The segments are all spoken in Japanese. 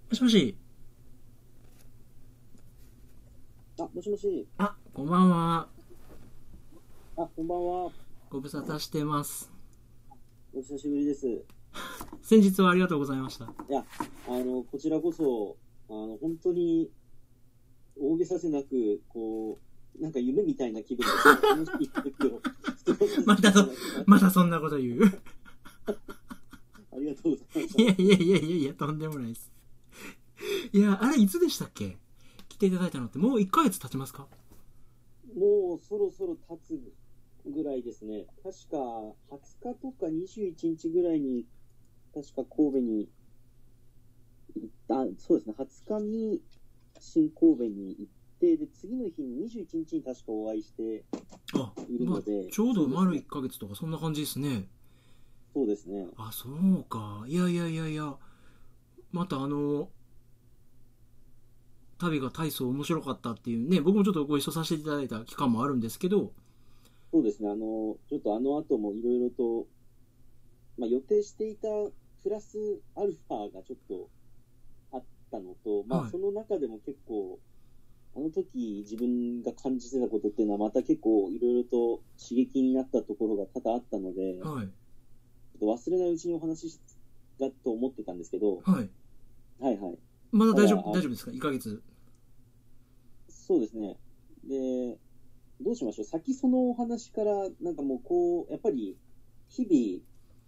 もしもし。 もしもし。 こんばんは。 こんばんは。 ご無沙汰してます。 お久しぶりです。 先日はありがとうございました。 いや、こちらこそ、本当に、大げさせなく、なんか夢みたいな気分で楽しい時をまたそんなこと言う。 ありがとうございました。 いや、とんでもないです。いや、あれいつでしたっけ？来ていただいたのってもう1ヶ月経ちますか？ もうそろそろ経つぐらいですね。確か20日とか21日ぐらいに、確か神戸に行った、そうですね、20日に新神戸に行って、で、次の日に21日に確かお会いしているので、 ちょうど丸1ヶ月とかそんな感じですね。 そうですね。 そうか。いや。また旅が大層面白かったっていうね、僕もちょっとご一緒させていただいた期間もあるんですけど、 そうですね、ちょっと後もいろいろと、予定していたプラスアルファがちょっとあったのと、 はい、 その中でも結構、あの時自分が感じてたことっていうのはまた結構いろいろと刺激になったところが多々あったので、 はい、 ちょっと忘れないうちにお話しだと思ってたんですけど、 はい。 はいはい。 まだただ、 大丈夫ですか？ 1 ヶ月。 そうですね。で、どうしましょう。先そのお話から、なんかもうやっぱり、日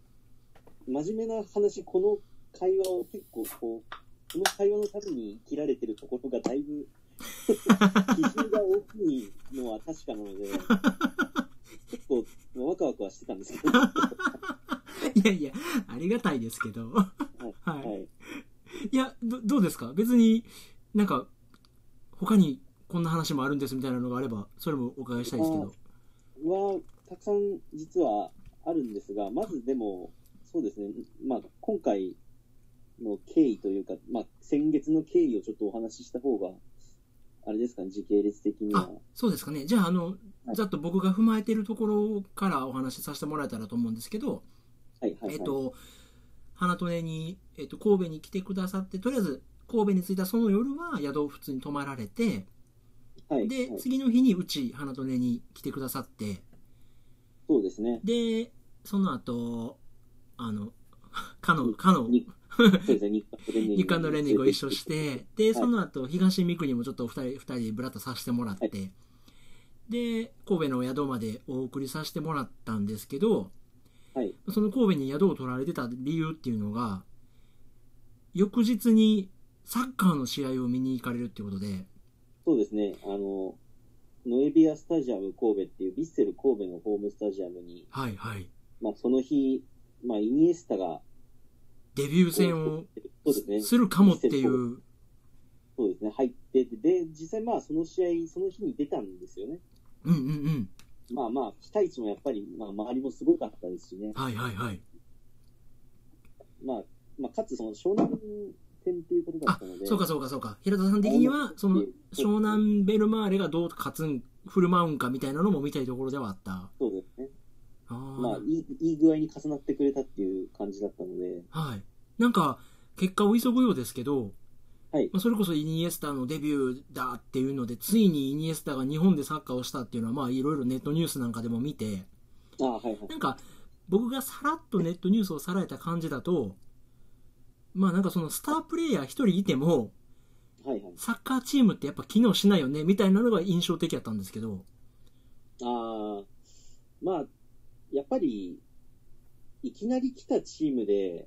々、真面目な話、この会話を結構この会話のために生きられてるところがだいぶ、基準が大きいのは確かなので、結構、ワクワクはしてたんですけど。 いや、ありがたいですけど。 はい。 ははい。 い。いや、どうですか？別になんか、他にこんな話もあるんですみたいなのがあれば、それもお伺いしたいですけど。 たくさん実はあるんですが、まずでも、そうですね、今回の経緯というか、先月の経緯をちょっとお話しした方が、あれですかね、時系列的には。 そうですかね。じゃあ、 はい、 ざっと僕が踏まえているところからお話しさせてもらえたらと思うんですけど、 はい、はい、はい。 花トネに、神戸に来てくださって、とりあえず神戸に着いたその夜は宿を普通に泊まられて、 はい、 で、 はい。 次の日にうち花トネに来てくださって、 そうですね。 で、その後、あの、かの、 に、 かの、 に、そうですね、 日韓の連にご一緒てきて、 して、で、 はい、 その後、東三国もちょっと二人でブラッとさせてもらっはい、 て、で、神戸の宿までお送りさせてもらったんですけど、 はい。 その神戸に宿を取られてた理由っていうのが、翌日にサッカーの試合を見に行かれるっていうことで、 そうですね、ノエビアスタジアム神戸っていうヴィッセル神戸のホームスタジアムに、 はいはい。 その日、イニエスタが、 デビュー戦をそうですね、 するかもっていう。 そうですね、入ってで、実際その試合、その日に出たんですよね。 うんうんうん。 期待値もやっぱり、周りもすごかったですしね。 はいはいはい。 かつその湘南戦っていうことだったので。 そうか。平田さん的には、その、湘南ベルマーレがどう振る舞うんかみたいなのも見たいところではあった。 そうですね。 あいい具合に重なってくれたっていう感じだったので。 はい。なんか、結果を急ぐようですけど、 はい。 それこそイニエスタのデビューだっていうので、ついにイニエスタが日本でサッカーをしたっていうのは、いろいろネットニュースなんかでも見て、 はいはい。 なんか、僕がさらっとネットニュースをさらえた感じだと、なんかそのスタープレイヤー一人いても、 はいはい。 サッカーチームってやっぱ機能しないよね、みたいなのが印象的だったんですけど。 ああ、やっぱり、いきなり来たチームで、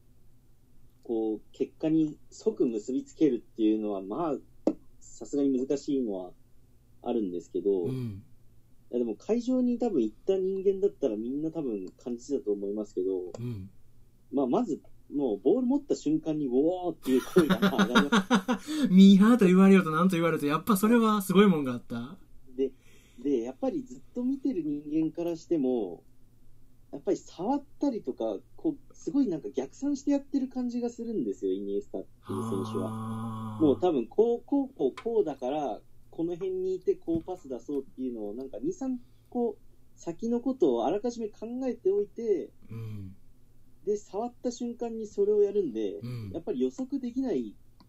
結果に即結びつけるっていうのは、さすがに難しいのはあるんですけど、 うん。 いやでも会場に多分行った人間だったらみんな多分感じたと思いますけど、 うん。 まず、もうボール持った瞬間に、ウォーっていう声が上がりましミーハーと言われようとなんと言われると、やっぱそれはすごいもんがあった。 で、やっぱりずっと見てる人間からしても、やっぱり触ったりとか、すごいなんか逆算してやってる感じがするんですよ、イニエスタっていう選手は。もう多分、こうだから、この辺にいてこうパス出そうっていうのを、なんか2、3個先のことをあらかじめ考えておいて、 うん。 で、触った瞬間にそれをやるんで、 うん。 やっぱり予測できない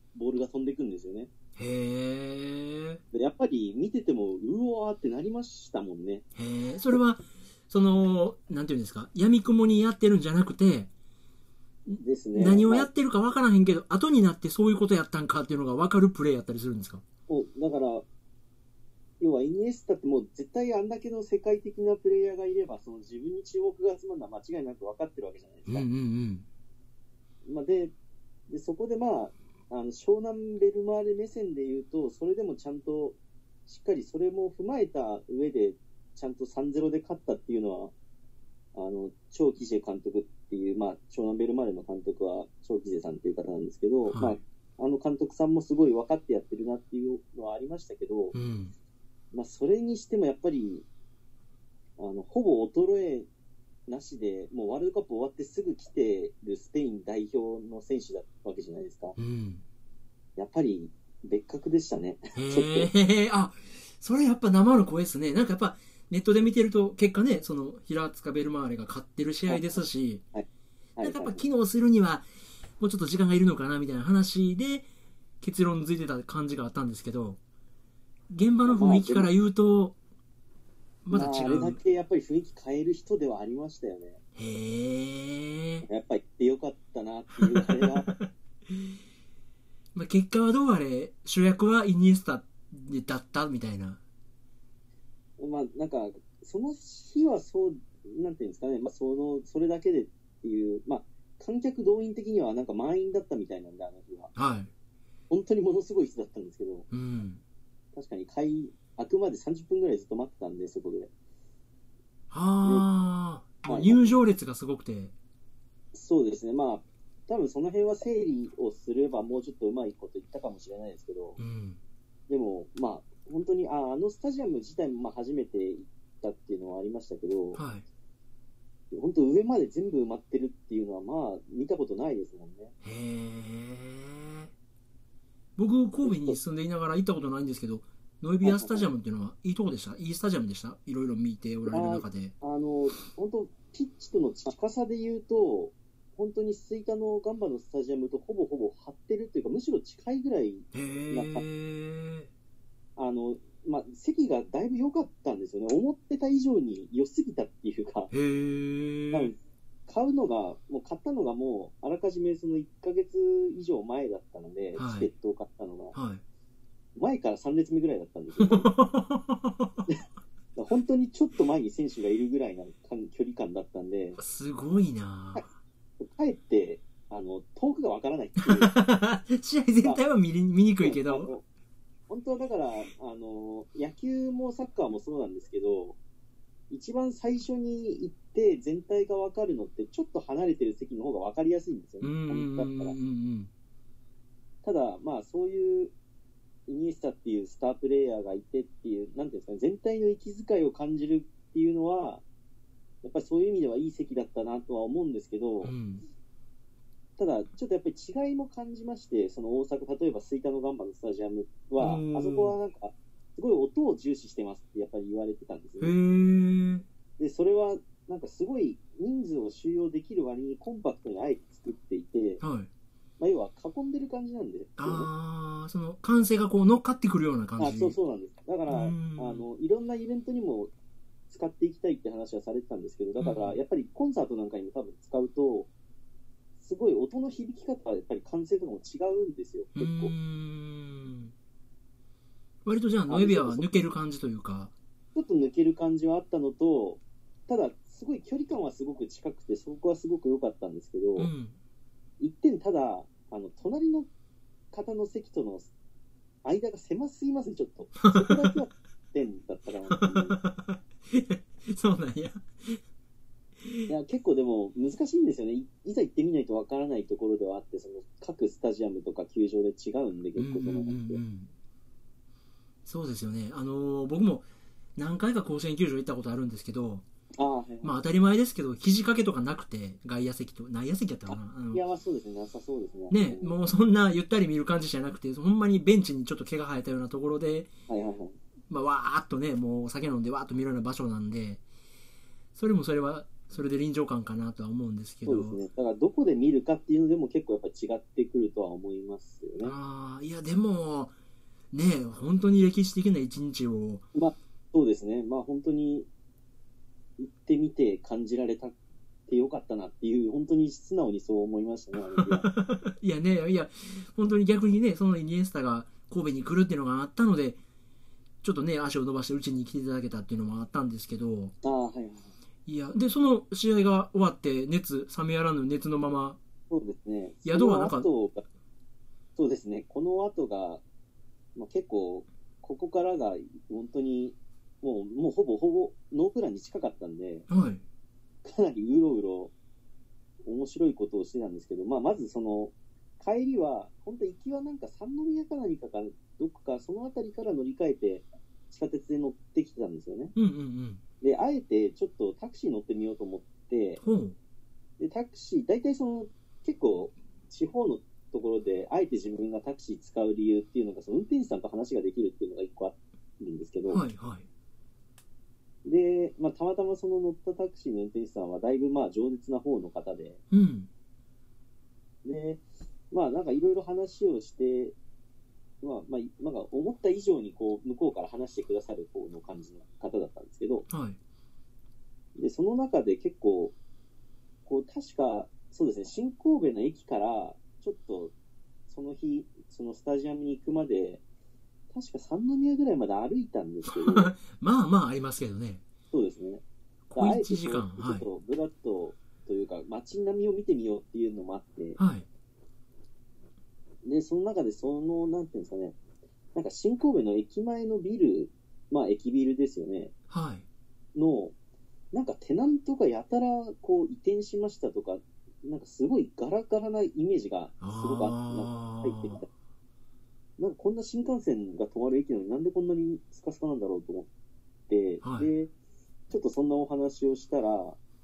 ボールが飛んでくんですよね。 へえ。 でやっぱり見てても、うわーってなりましたもんね。 へえ。それは、なんていうんですか、闇雲にやってるんじゃなくて、 ですね。 何をやってるか分からへんけど、後になってそういうことやったんかっていうのが分かるプレーやったりするんですか？ だから、要はイニエスタってもう絶対あんだけの世界的なプレイヤーがいれば、その自分に注目が集まるのは間違いなく分かってるわけじゃないですか。 うんうんうん。 まあ、でそこで湘南ベルマーレ目線で言うと、それでもちゃんとしっかりそれも踏まえた上で、ちゃんと 3-0 で勝ったっていうのは、張喜ジェ監督っていう、湘南ベルマーレの監督は張喜ジェさんっていう方なんですけど、 はい、 監督さんもすごい分かってやってるなっていうのはありましたけど、 うん、 それにしてもやっぱりほぼ衰えなしで、もうワールドカップ終わってすぐ来てるスペイン代表の選手だったわけじゃないですか。 うん、 やっぱり別格でしたね。 へえ、あ、それやっぱ生の声ですね。なんかやっぱネットで見てると結果ね、その平塚ベルマーレが勝ってる試合ですし、なんかやっぱ機能するにはもうちょっと時間がいるのかなみたいな話で結論づいてた感じがあったんですけど、現場の雰囲気から言うとまた違う。 あれだけやっぱり雰囲気変える人ではありましたよね。 へえ。 やっぱり行ってよかったなっていうあれは結果はどうあれ主役はイニエスタだったみたいな。 なんかその日はそうなんていうんですかね、それだけでっていう、観客動員的にはなんか満員だったみたいなんで、あの日は。 はい。 本当にものすごい人だったんですけど、 うん、 確かに開くまで30分ぐらいずっと待ってたんで、そこで。 はあ、入場列がすごくて。 そうですね、多分その辺は整理をすればもうちょっとうまいこと言ったかもしれないですけど、 うん、 でも、本当にスタジアム自体も初めて行ったっていうのはありましたけど、 はい、 本当上まで全部埋まってるっていうのは見たことないですもんね。 へえ。僕神戸に住んでいながら行ったことないんですけど、ノエビアスタジアムっていうのはいいとこでした？いいスタジアムでした？いろいろ見ておられる中で。 本当ピッチとの近さで言うと、本当に吹田のガンバのスタジアムとほぼほぼ張ってるというか、むしろ近いぐらいな。席がだいぶ良かったんですよね。思ってた以上に良すぎたっていうか、買ったのがもうあらかじめその1ヶ月以上前だったので、チケットを買ったのが、前から3列目ぐらいだったんですよ。本当にちょっと前に選手がいるぐらいな距離感だったんで、 すごいな。 かえって遠くがわからないっていう試合全体は見にくいけど、 本当はだから野球もサッカーもそうなんですけど、一番最初に行って全体が分かるのってちょっと離れてる席の方が分かりやすいんですよね。だったらただそういうイニエスタっていうスタープレイヤーがいてっていう、なんていうんですかね、全体の息遣いを感じるっていうのはやっぱりそういう意味ではいい席だったなとは思うんですけど、ただちょっとやっぱり違いも感じまして、その大阪、例えば吹田のガンバのスタジアムは、あそこはなんかすごい音を重視してますってやっぱり言われてたんですよね。でそれはなんかすごい人数を収容できる割にコンパクトにあえて作っていて、要は囲んでる感じなんで、 その歓声がこう乗っかってくるような感じ。 そうなんです。だからいろんなイベントにも使っていきたいって話はされてたんですけど、だからやっぱりコンサートなんかにも多分使うと、すごい音の響き方はやっぱり歓声とかも違うんですよ、結構。 割とじゃあノエビアは抜ける感じというか、 ちょっと抜ける感じはあったのと、ただすごい距離感はすごく近くて、そこはすごく良かったんですけど、一点ただ隣の方の席との間が狭すぎますね、ちょっと。そこだけは点だったかなそうなんや。 いや結構でも難しいんですよね。いざ行ってみないとわからないところではあって、その各スタジアムとか球場で違うんで、結構その辺って。 そうですよね。僕も何回か甲子園球場行ったことあるんですけど、当たり前ですけど肘掛けとかなくて、外野席と内野席やったかな。 いやそうですね、なさそうですね。もうそんなゆったり見る感じじゃなくて、ほんまにベンチにちょっと毛が生えたようなところで、わーっとね、もうお酒飲んでわーっと見るような場所なんで、それはそれで臨場感かなとは思うんですけど。 そうですね。だからどこで見るかっていうのでも結構やっぱ違ってくるとは思いますよね。 ああ、いやでもね、本当に歴史的な一日を。 まあそうですね。まあ本当に行ってみて感じられたってよかったなっていう、本当に素直にそう思いましたね、あの日は。 いやね、いや本当に逆にね、そのイニエスタが神戸に来るっていうのがあったので、ちょっとね足を伸ばしてうちに来ていただけたっていうのもあったんですけど。 ああ、はいはい。 いやでその試合が終わって冷めやらぬ熱のまま。 そうですね。 宿はなんかそうですね。この後が、まあ、結構ここからが本当にもうほぼノープランに近かったんで、 はい、 かなりうろうろ面白いことをしてたんですけど、まあ、まずその帰りは本当行きはなんか三宮か何かどっかその辺りから乗り換えて地下鉄で乗ってきてたんですよね。 うんうんうん。 であえてちょっとタクシー乗ってみようと思って、でタクシー大体その結構地方のところであえて自分がタクシー使う理由っていうのが、その運転手さんと話ができるっていうのが一個あるんですけど、 はいはい、 で、まあ、たまたまその乗ったタクシーの運転手さんはだいぶまあ饒舌な方の方で、 うん、 でまあなんかいろいろ話をして、なんか思った以上にこう向こうから話してくださる方の感じの方だったんですけど、 はい、 でその中で結構こう確かそうですね、新神戸の駅からちょっとその日そのスタジアムに行くまで確か三宮ぐらいまで歩いたんですけどまあまあありますけどね。 そうですね。 小1時間、 ちょっとブラッドというか街並みを見てみようっていうのもあって、 はい、 でその中でそのなんていうんですかね、なんか新神戸の駅前のビル、まあ駅ビルですよね、 はい、 のなんかテナントがやたらこう移転しましたとか、なんかすごいガラガラなイメージがすごくなんか入ってきた。なんかこんな新幹線が止まる駅なのになんでこんなにスカスカなんだろうと思って、 はい、 でちょっとそんなお話をしたら、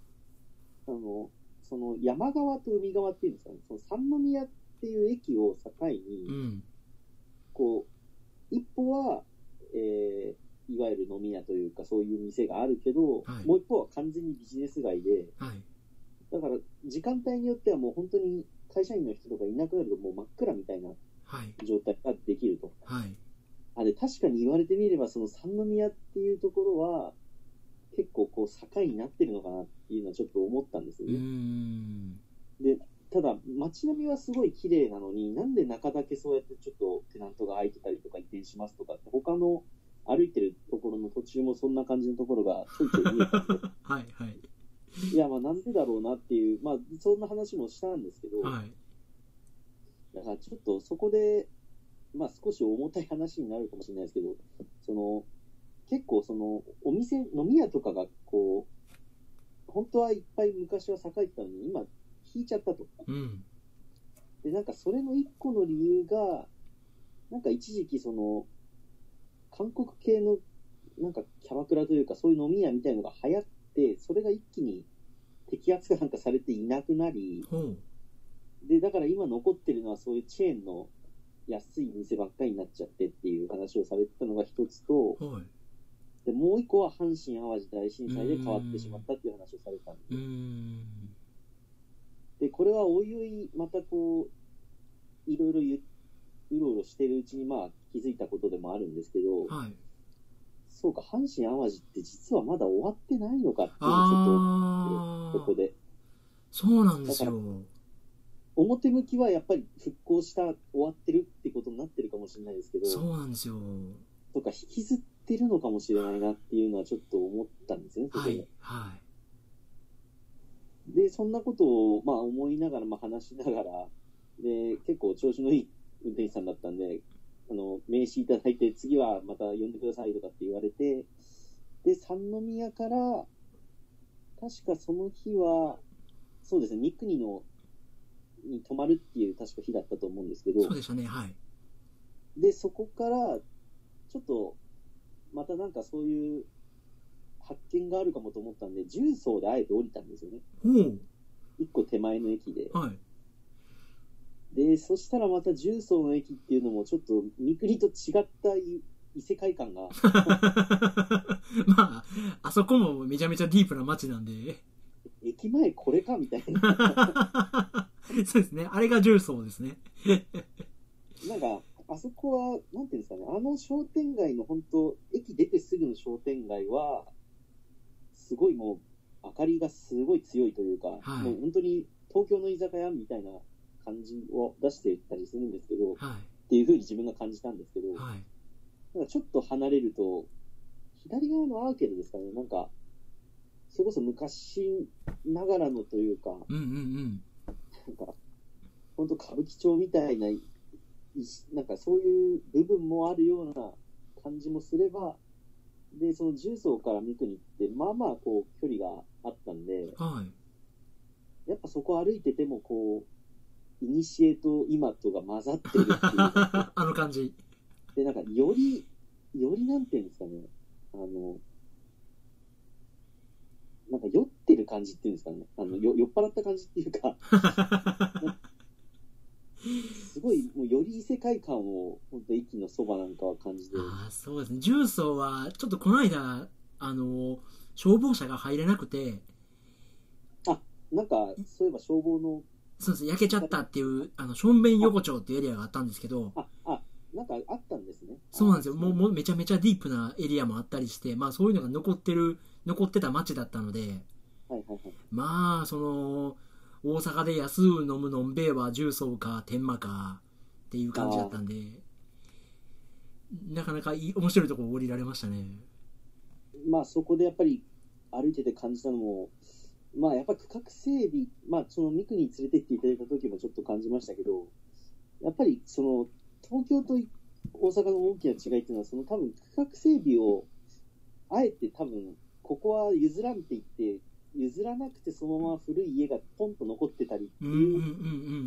その山側と海側っていうんですかね、その三宮っていう駅を境に、 うん、 こう一歩は、いわゆる飲み屋というかそういう店があるけど、 はい、 もう一方は完全にビジネス街で、 はい、 だから時間帯によってはもう本当に会社員の人とかいなくなるともう真っ暗みたいな状態ができると。 はい、 で確かに言われてみればその三宮っていうところは結構こう境になってるのかなっていうのはちょっと思ったんですよね。でただ街並みはすごい綺麗なのに、なんで中だけそうやってちょっとテナントが空いてたりとか移転しますとかって、他の歩いてるところの途中もそんな感じのところがちょいちょい見えたんではい、はい、 いやまあなんでだろうなっていう、まあそんな話もしたんですけど、 はい、 だからちょっとそこでまあ少し重たい話になるかもしれないですけど、その結構そのお店飲み屋とかがこう本当はいっぱい昔は栄えてたのに今引いちゃったと、 うん、 でなんかそれの一個の理由がなんか一時期その韓国系のなんかキャバクラというかそういう飲み屋みたいのが流行って、それが一気に摘発かなんかされていなくなり、でだから今残ってるのはそういうチェーンの安い店ばっかりになっちゃってっていう話をされてたのが一つと、 はい、 でもう一個は阪神・淡路大震災で変わってしまったっていう話をされたんですよ。でこれはおいおいまたこういろいろうろうろしてるうちにまあ気づいたことでもあるんですけど、 はい、 そうか阪神・淡路って実はまだ終わってないのかっていうのをちょっと思ってここで。 そうなんですよ。 表向きはやっぱり復興した終わってるってことになってるかもしれないですけど、 そうなんですよ。 とか引きずってるのかもしれないなっていうのはちょっと思ったんですね、そこで。 はい、はい。 でそんなことをまあ思いながら、まあ、話しながらで結構調子のいい運転手さんだったんで、名刺いただいて次はまた呼んでくださいとかって言われて、で三宮から確かその日はそうですね、三国に泊まるっていう確か日だったと思うんですけど、 そうでしたね、はい。 でそこからちょっとまたなんかそういう発見があるかもと思ったんで、重曹であえて降りたんですよね。一個手前の駅で。 はい。 で、そしたらまた重曹の駅っていうのもちょっと三国と違った異世界観が。 まあ、あそこもめちゃめちゃディープな街なんで。 駅前これかみたいな。 そうですね。あれが重曹ですね。 なんか、あそこは、なんていうんですかね、あの商店街の本当、駅出てすぐの商店街は、すごいもう、明かりがすごい強いというか、 はい、 もう本当に東京の居酒屋みたいな感じを出していったりするんですけど、 はい、 っていう風に自分が感じたんですけど、 はい、 なんかちょっと離れると、左側のアーケードですかね、なんか、それこそ昔ながらのというか、 うんうんうん。 なんか、本当歌舞伎町みたいな、なんかそういう部分もあるような感じもすれば、で、その重曹から三国って、まあまあこう距離があったんで、 はい。 やっぱそこ歩いててもこう、古と今とが混ざってるっていう。 あの感じ。 で、なんかよりなんていうんですかね、なんか酔ってる感じっていうんですかね、酔っ払った感じっていうか、すごい、もうより異世界観を、本当駅のそばなんかは感じて。 ああ、そうですね。重曹は、ちょっとこの間、消防車が入れなくて、 あ、なんか、そういえば消防の、 そうです。焼けちゃったっていう、しょんべん横丁っていうエリアがあったんですけど、 なんかあったんですね。 そうなんですよ。もうめちゃめちゃディープなエリアもあったりして、まあそういうのが残ってた街だったので、 はいはいはい。 まあ、大阪で安う飲むのんべえは重曹か天満かっていう感じだったんで、なかなか面白いところ降りられましたね。 まあそこでやっぱり歩いてて感じたのも、まあやっぱ区画整備、まあその三国に連れて行っていただいた時もちょっと感じましたけど、やっぱりその東京と大阪の大きな違いっていうのは、その多分区画整備をあえて多分ここは譲らんって言って譲らなくてそのまま古い家がポンと残ってたりっていう、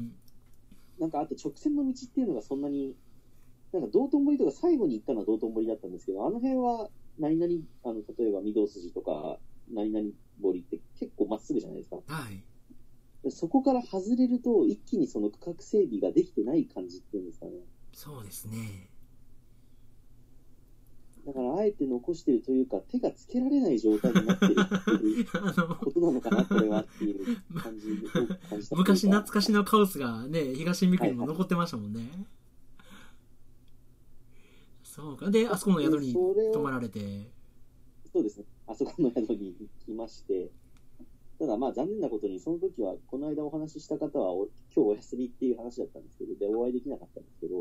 なんかあと直線の道っていうのがそんなに、なんか道頓堀とか最後に行ったのは道頓堀だったんですけど、あの辺は何々、例えば御堂筋とか何々堀って結構まっすぐじゃないですか。 はい。 そこから外れると一気にその区画整備ができてない感じっていうんですかね。 そうですね。 だからあえて残してるというか、手がつけられない状態になってるっていうことなのかな、これはっていう感じを感じた。 昔懐かしのカオスがね、東三国にも残ってましたもんね。はいはい、そうか。で、あそこの宿に泊まられて。 そうですね。あそこの宿に行きまして、ただまあ残念なことに、その時は、この間お話しした方は、今日お休みっていう話だったんですけど、で、お会いできなかったんですけど、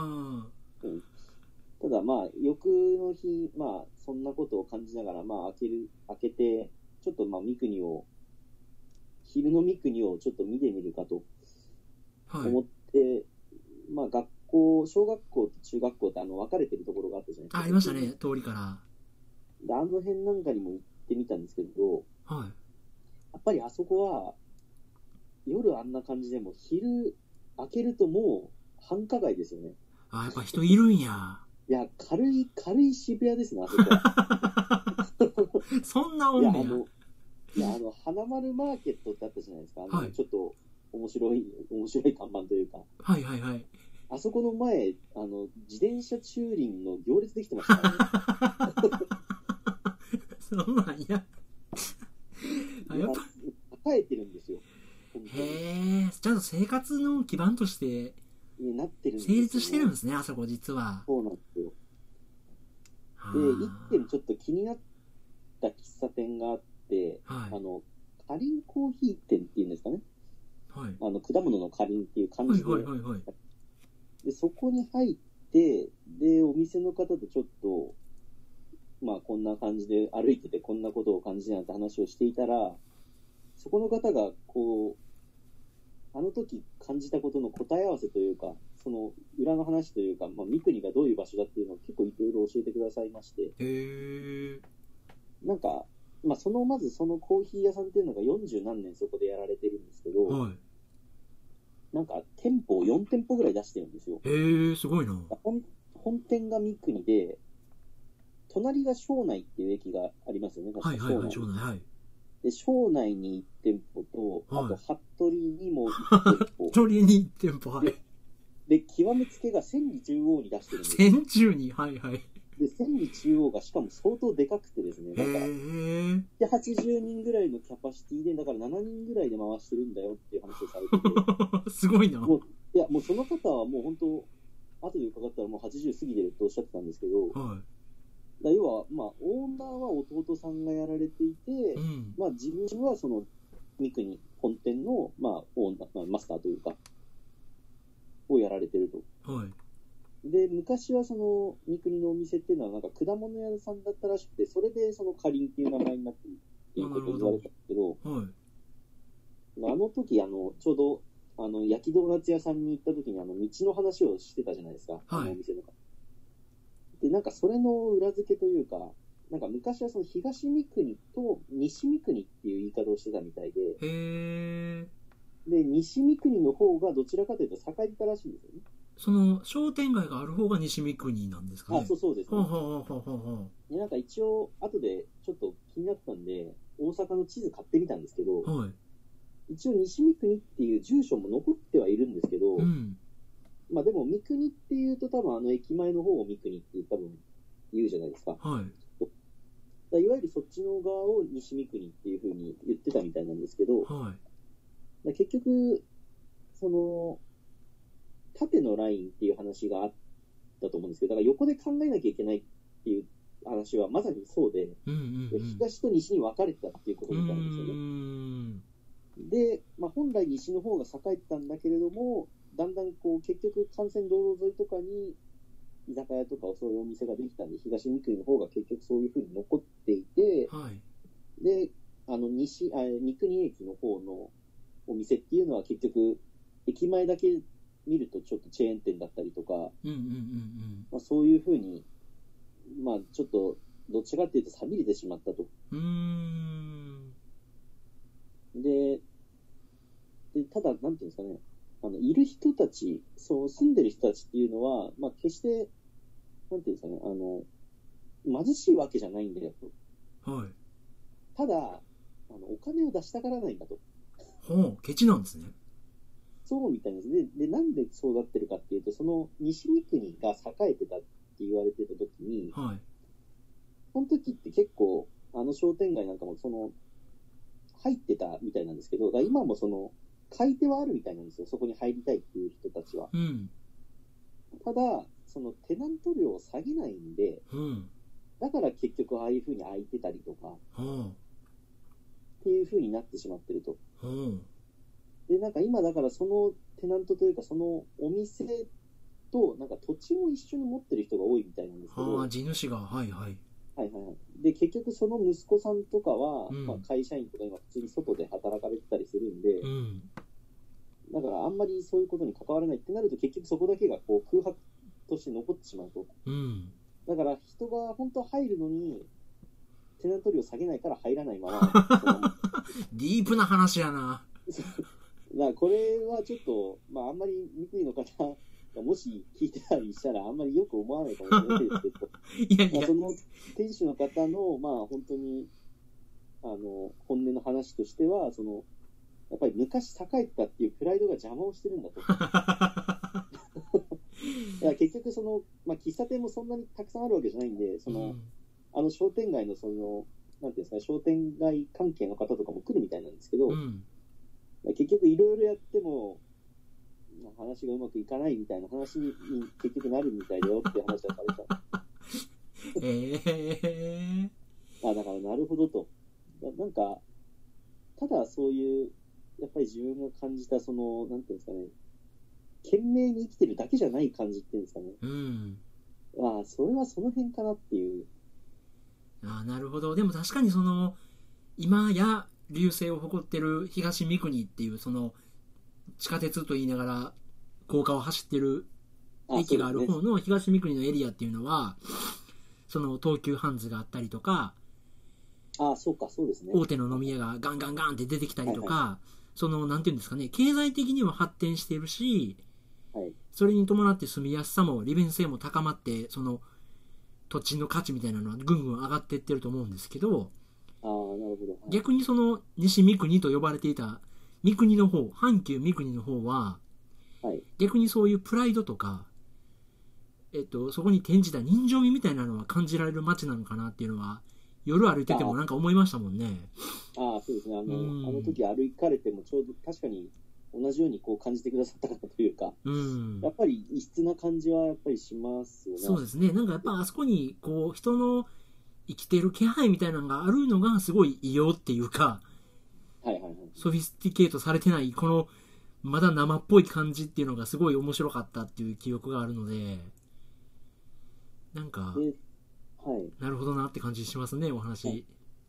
ただまあ、翌の日、まあ、そんなことを感じながら、まあ、開けて、ちょっとまあ、昼の三国をちょっと見てみるかと思って、はい、まあ、小学校と中学校って分かれてるところがあったじゃないですか。 ありましたね、通りから。 で、あの辺なんかにも行ってみたんですけど、 はい。 やっぱりあそこは、夜あんな感じでも、昼開けるともう繁華街ですよね。 あ、やっぱ人いるんや。 いや、軽い渋谷ですね、あそこは。 そんなおんねや。花丸マーケットってあったじゃないですか。 はい、 ちょっと面白い看板というか。 はいはいはい。 あそこの前、自転車駐輪の行列できてましたからね。 そんなんや。 やっぱ栄えてるんですよ。 へえ、ちゃんと生活の基盤としてなってるんです、 成立してるんですね、あそこ実は。 そうなんですよ。で、一点ちょっと気になった喫茶店があって、 はい、 かりんコーヒー店っていうんですかね。 はい、 果物のかりんっていう感じで、 はいはいはいはい、 で、そこに入って、で、お店の方とちょっと、まあこんな感じで歩いててこんなことを感じなんて話をしていたら、そこの方がこう、あの時感じたことの答え合わせというか、その裏の話というか、まあ、三国がどういう場所だっていうのを結構いろいろ教えてくださいまして。なんか、まあまずそのコーヒー屋さんっていうのが40何年そこでやられてるんですけど、はい、なんか店舗を4店舗ぐらい出してるんですよ。 すごいな。 本店が三国で、隣が庄内っていう駅がありますよね。 はいはいはい、庄内。はい。 で、庄内に1店舗と、はい、あと、服部にも 1店舗。服部に1店舗、はい。 で、極めつけが千里中央に出してるんです千中に、はいはい。 で、千里中央がしかも相当でかくてですね、だから、80人ぐらいのキャパシティで、だから7人ぐらいで回してるんだよっていう話をされてて。 すごいな。 もうその方はもう本当、後で伺ったらもう80過ぎてるっておっしゃってたんですけど、 はい。 要は、オーナーは弟さんがやられていて、自分はその、三国本店の、オーナー、マスターというか、をやられてると。 はい。 で、昔はその、三国のお店っていうのはなんか果物屋さんだったらしくて、それでそのかりんっていう名前になってるっていうことを言われたんですけど、 はい。 あの時、ちょうど、焼きドーナツ屋さんに行った時に道の話をしてたじゃないですか、 はい、 お店の方。で、なんかそれの裏付けというか、なんか昔はその東三国と西三国っていう言い方をしてたみたいで、で、西三国の方がどちらかというと栄えてたらしいんですよね。 その商店街がある方が西三国なんですかね。 そうですね。で、なんか一応、後でちょっと気になったんで、大阪の地図買ってみたんですけど、 はい、 一応西三国っていう住所も残ってはいるんですけど、でも三国っていうと多分駅前の方を三国って多分言うじゃないですか。 はい。 いわゆるそっちの側を西三国っていう風に言ってたみたいなんですけど、 はい、 結局、その、縦のラインっていう話があったと思うんですけど、だから横で考えなきゃいけないっていう話はまさにそうで、東と西に分かれてたっていうことみたいなんですよね。で、本来西の方が栄えてたんだけれども、だんだんこう結局幹線道路沿いとかに居酒屋とかそういうお店ができたんで、東三国の方が結局そういう風に残っていて、 はい、 で、三国駅の方のお店っていうのは結局駅前だけ見るとちょっとチェーン店だったりとか、そういう風にちょっとどっちかっていうと錆びれてしまったと。で、ただ、なんていうんですかね、いる人たち、そう、住んでる人たちっていうのは、決して、なんていうんですかね、貧しいわけじゃないんだよと。 はい。 ただ、お金を出したがらないんだと。 ケチなんですね。 そうみたいですね。で、なんでそうなってるかっていうと、その西三国が栄えてたって言われてた時に、 はい。 その時って結構、商店街なんかも入ってたみたいなんですけど、今も買い手はあるみたいなんですよ。そこに入りたいっていう人たちは。ただ、そのテナント料を下げないんで、だから結局ああいう風に空いてたりとか、っていう風になってしまってると。で、なんか今だからそのテナントというかそのお店となんか土地も一緒に持ってる人が多いみたいなんですけど。 地主が、はいはい。 で、結局その息子さんとかは、会社員とか今普通に外で働かれてたりするんで、だからあんまりそういうことに関わらないってなると結局そこだけがこう空白として残ってしまうと。だから人が本当は入るのに、テナント料下げないから入らないまま。 ディープな話やな。 だからこれはちょっと、あんまり三国の方がもし聞いてたりしたらあんまりよく思わないかもしれないですけど、その店主の方の、本当に、本音の話としては、やっぱり昔栄えてたっていうプライドが邪魔をしてるんだと。だから結局喫茶店もそんなにたくさんあるわけじゃないんで、商店街のなんていうんですかね、商店街関係の方とかも来るみたいなんですけど、結局いろいろやっても、話がうまくいかないみたいな話に結局なるみたいだよって話はされた。だからなるほどと。なんか、ただそういう、やっぱり自分が感じたなんていうんですかね、懸命に生きてるだけじゃない感じっていうんですかね。それはその辺かなっていう。 なるほど。でも確かに今や隆盛を誇ってる東三国っていう地下鉄と言いながら高架を走ってる駅がある方の東三国のエリアっていうのは、東急ハンズがあったりとか、 そうか、そうですね。 大手の飲み屋がガンガンガンって出てきたりとか、なんていうんですかね、経済的にも発展しているし、それに伴って住みやすさも利便性も高まって、土地の価値みたいなのはぐんぐん上がっていってると思うんですけど、 なるほど。 逆に西三国と呼ばれていた三国の方、阪急三国の方は、逆にそういうプライドとか、 そこに転じた人情味みたいなのは感じられる街なのかなっていうのは、夜歩いててもなんか思いましたもんね。 そうですね。あの時歩かれてもちょうど確かに同じようにこう感じてくださった方というか、やっぱり異質な感じはやっぱりしますよね。 そうですね。なんかやっぱあそこにこう人の生きてる気配みたいなのがあるのがすごい異様っていうか、ソフィスティケートされてないこのまだ生っぽい感じっていうのがすごい面白かったっていう記憶があるので、なんか、なるほどなって感じしますね、お話。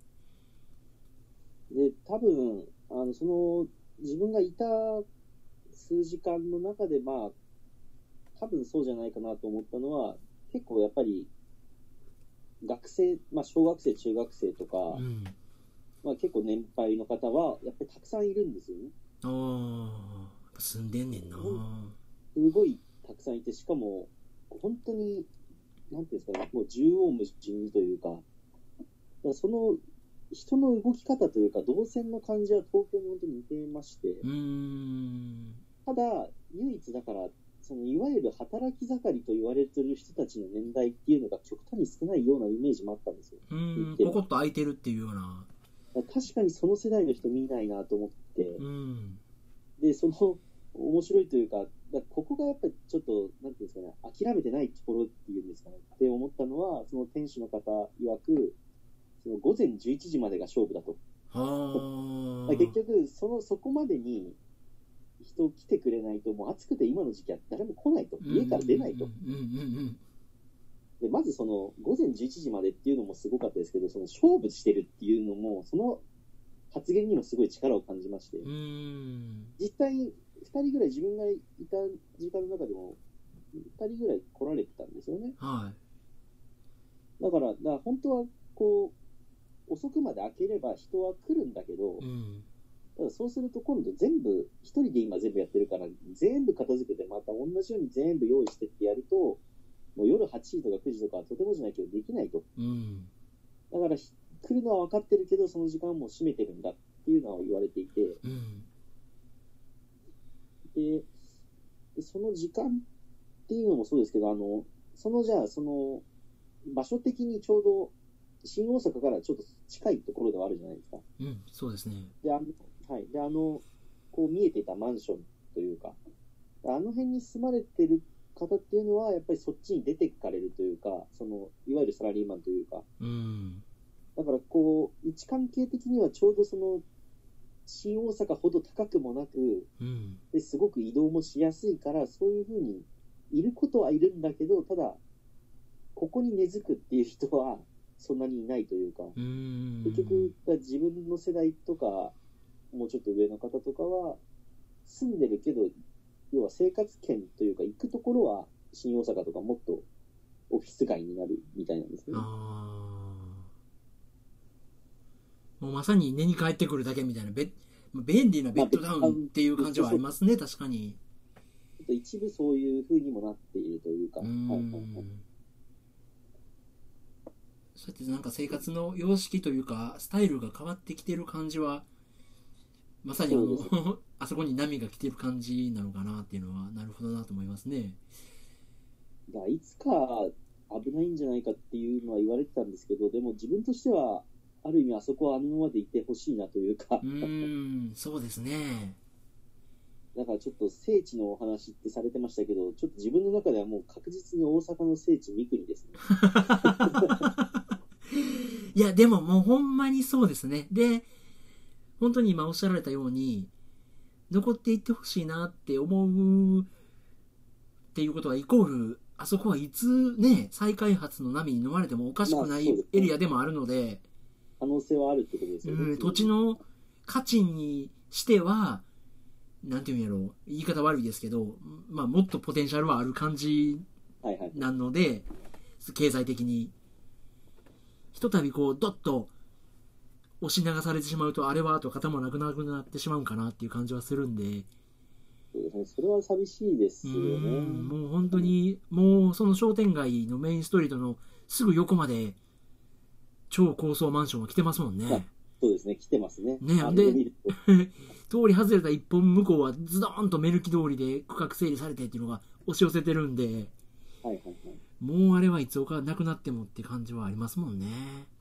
で、多分、その、自分がいた数時間の中で、多分そうじゃないかなと思ったのは、結構やっぱり、学生、小学生、中学生とか、結構年配の方は、やっぱりたくさんいるんですよね。 住んでんねんな。 すごいたくさんいて、しかも、本当に、なんていうんですかね、もう縦横無尽にというか、その人の動き方というか、動線の感じは東京に本当に似てまして、ただ、唯一だから、そのいわゆる働き盛りと言われてる人たちの年代っていうのが極端に少ないようなイメージもあったんですよ。 ポコッと空いてるっていうような。 確かにその世代の人見ないなと思って、で、その面白いというか、ここがやっぱりちょっと、なんていうんですかね、諦めてないところっていうんですかね、って思ったのは、その店主の方曰く、その午前11時までが勝負だと。結局、そこまでに人来てくれないと、もう暑くて今の時期は誰も来ないと。家から出ないと。で、まずその午前11時までっていうのもすごかったですけど、その勝負してるっていうのも、その発言にもすごい力を感じまして、実際、2人ぐらい自分がいた時間の中でも、2人ぐらい来られてたんですよね。だから本当はこう、遅くまで開ければ人は来るんだけど、ただそうすると今度全部、一人で今全部やってるから、全部片付けてまた同じように全部用意してってやると、もう夜8時とか9時とかとてもじゃないけどできないと。だから来るのは分かってるけど、その時間はもう閉めてるんだっていうのは言われていて、で、その時間っていうのもそうですけど、その場所的にちょうど新大阪からちょっと近いところではあるじゃないですか。 そうですね。 で、こう見えていたマンションというか、あの辺に住まれてる方っていうのは、やっぱりそっちに出ていかれるというか、いわゆるサラリーマンというか、だからこう、位置関係的にはちょうどその、新大阪ほど高くもなく、ですごく移動もしやすいから、そういうふうにいることはいるんだけど、ただ、ここに根付くっていう人はそんなにいないというか、結局、自分の世代とか、もうちょっと上の方とかは、住んでるけど、要は生活圏というか、行くところは新大阪とかもっとオフィス街になるみたいなんですね。 もうまさに根に帰ってくるだけみたいな、便利なベッドタウンっていう感じはありますね、確かに。 ちょっと一部そういう風にもなっているというか。 そうやってなんか生活の様式というか、スタイルが変わってきてる感じは、まさにあそこに波が来てる感じなのかなっていうのは、なるほどなと思いますね。 いつか危ないんじゃないかっていうのは言われてたんですけど、でも自分としては、ある意味あそこはあのままでいてほしいなというかそうですね。 だからちょっと聖地のお話ってされてましたけど、ちょっと自分の中ではもう確実に大阪の聖地三国ですね。 いやでももうほんまにそうですね。で本当に今おっしゃられたように残っていってほしいなって思うっていうことはイコールあそこはいつね再開発の波に飲まれてもおかしくないエリアでもあるので、 可能性はあるってことですよね。 土地の価値にしてはなんていうんやろう、言い方悪いですけど、もっとポテンシャルはある感じなので、経済的にひとたびこうドッと押し流されてしまうとあれは跡形もなくなってしまうかなっていう感じはするんで、 それは寂しいですよね。 もう本当にもうその商店街のメインストリートのすぐ横まで超高層マンションは来てますもんね。 そうですね、来てますね。 で通り外れた一本向こうはズドーンと目抜き通りで区画整理されてっていうのが押し寄せてるんで、 もうあれはいつかなくなってもって感じはありますもんね。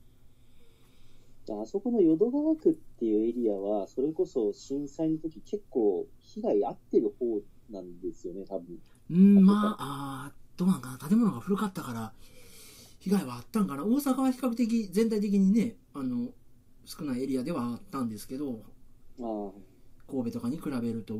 あそこの淀川区っていうエリアは、それこそ震災の時結構被害あってる方なんですよね、多分。 まあ、どうなんかな。建物が古かったから、被害はあったんかな。大阪は比較的、全体的にね、少ないエリアではあったんですけど、神戸とかに比べると、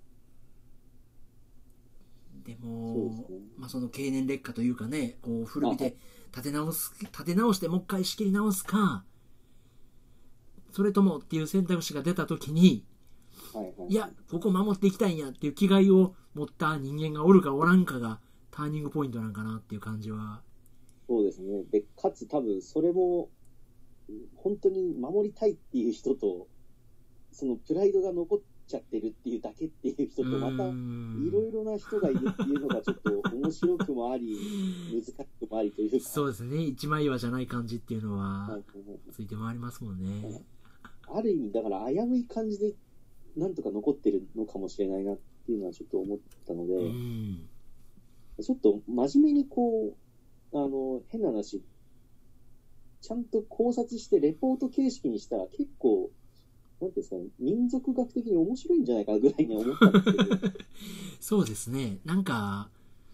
でも、まあその経年劣化というかね、こう古びて建て直してもう一回仕切り直すか、それともっていう選択肢が出た時に、いや、ここ守っていきたいんやっていう気概を持った人間がおるかおらんかがターニングポイントなんかなっていう感じは。 そうですね。で、かつ多分それも、本当に守りたいっていう人と、そのプライドが残っちゃってるっていうだけっていう人と、またいろいろな人がいるっていうのがちょっと面白くもあり、難しくもありというか。 そうですね。一枚岩じゃない感じっていうのは、ついて回りますもんね。 ある意味、だから危うい感じで、なんとか残ってるのかもしれないなっていうのはちょっと思ったので、ちょっと真面目にこう、変な話、ちゃんと考察してレポート形式にしたら結構、なんていうんですかね、民族学的に面白いんじゃないかなぐらいに思ったんですけど。 そうですね。なんか、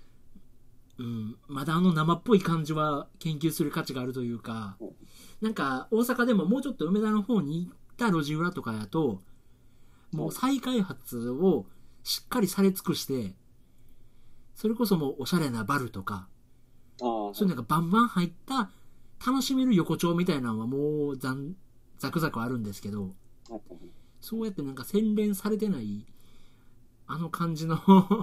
まだ生っぽい感じは研究する価値があるというか、なんか大阪でももうちょっと梅田の方に行った路地裏とかやと、もう再開発をしっかりされ尽くして、それこそもうおしゃれなバルとか、そういうのがバンバン入った楽しめる横丁みたいなのはもうザクザクあるんですけど、そうやってなんか洗練されてないあの感じの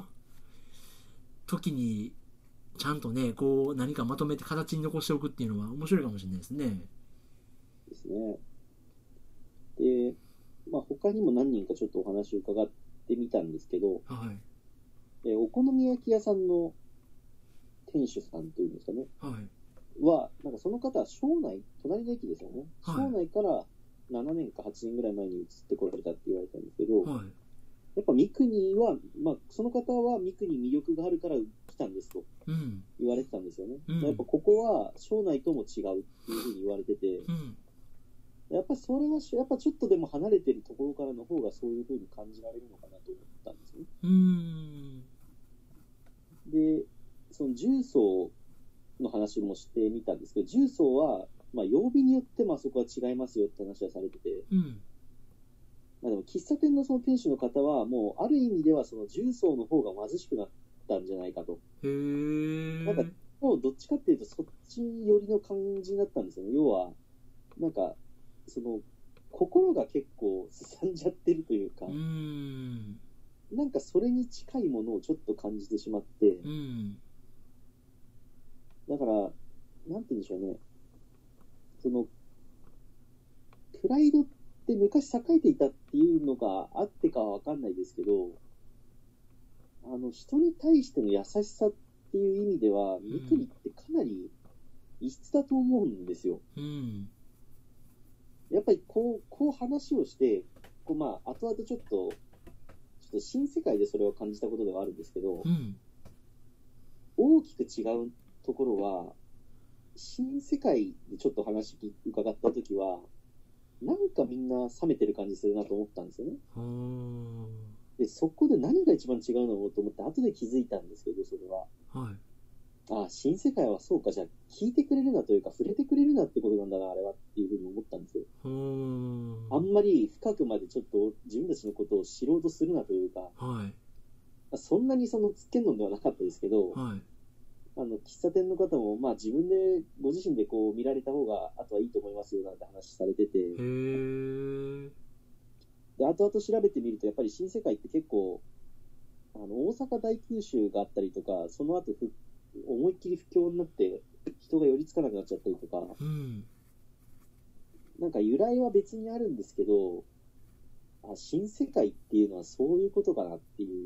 時にちゃんとね、こう何かまとめて形に残しておくっていうのは面白いかもしれないですね。 ですね。で、まあ他にも何人かちょっとお話を伺ってみたんですけど、お好み焼き屋さんの店主さんというんですかね、なんかその方は庄内、隣の駅ですよね、庄内から7年か8年ぐらい前に移ってこられたって言われたんですけど、やっぱ三国は、まあ、その方は三国に魅力があるから来たんですと言われてたんですよね。やっぱここは庄内とも違うっていうふうに言われてて、やっぱそれはやっぱちょっとでも離れてるところからの方がそういうふうに感じられるのかなと思ったんですよね。で、その重曹の話もしてみたんですけど、重曹は、まあ、曜日によってもあそこは違いますよって話はされてて、まあ、でも喫茶店のその店主の方は、もうある意味ではその重曹の方が貧しくなったんじゃないかと。なんか、もうどっちかっていうとそっち寄りの感じになったんですよね。要は、なんか、その、心が結構すさんじゃってるというか、なんかそれに近いものをちょっと感じてしまって、だから、なんて言うんでしょうね。その、プライドって昔栄えていたっていうのがあってかはわかんないですけど、人に対しての優しさっていう意味では、三国ってかなり異質だと思うんですよ。やっぱりこう話をして、まあ、後々ちょっと新世界でそれを感じたことではあるんですけど、大きく違うところは、新世界でちょっと話伺ったときは、なんかみんな冷めてる感じするなと思ったんですよね。で、そこで何が一番違うのと思って、後で気づいたんですけど、それは。新世界はそうか、じゃあ聞いてくれるなというか、触れてくれるなってことなんだな、あれはっていうふうに思ったんですよ。あんまり深くまでちょっと自分たちのことを知ろうとするなというか、そんなにそのつっけんのではなかったですけど、喫茶店の方も、まあ自分で、ご自身でこう見られた方が、あとはいいと思いますよなんて話されてて、で、後々調べてみると、やっぱり新世界って結構、大阪大空襲があったりとか、その後思いっきり不況になって、人が寄りつかなくなっちゃったりとか、なんか由来は別にあるんですけど、新世界っていうのはそういうことかなっていう、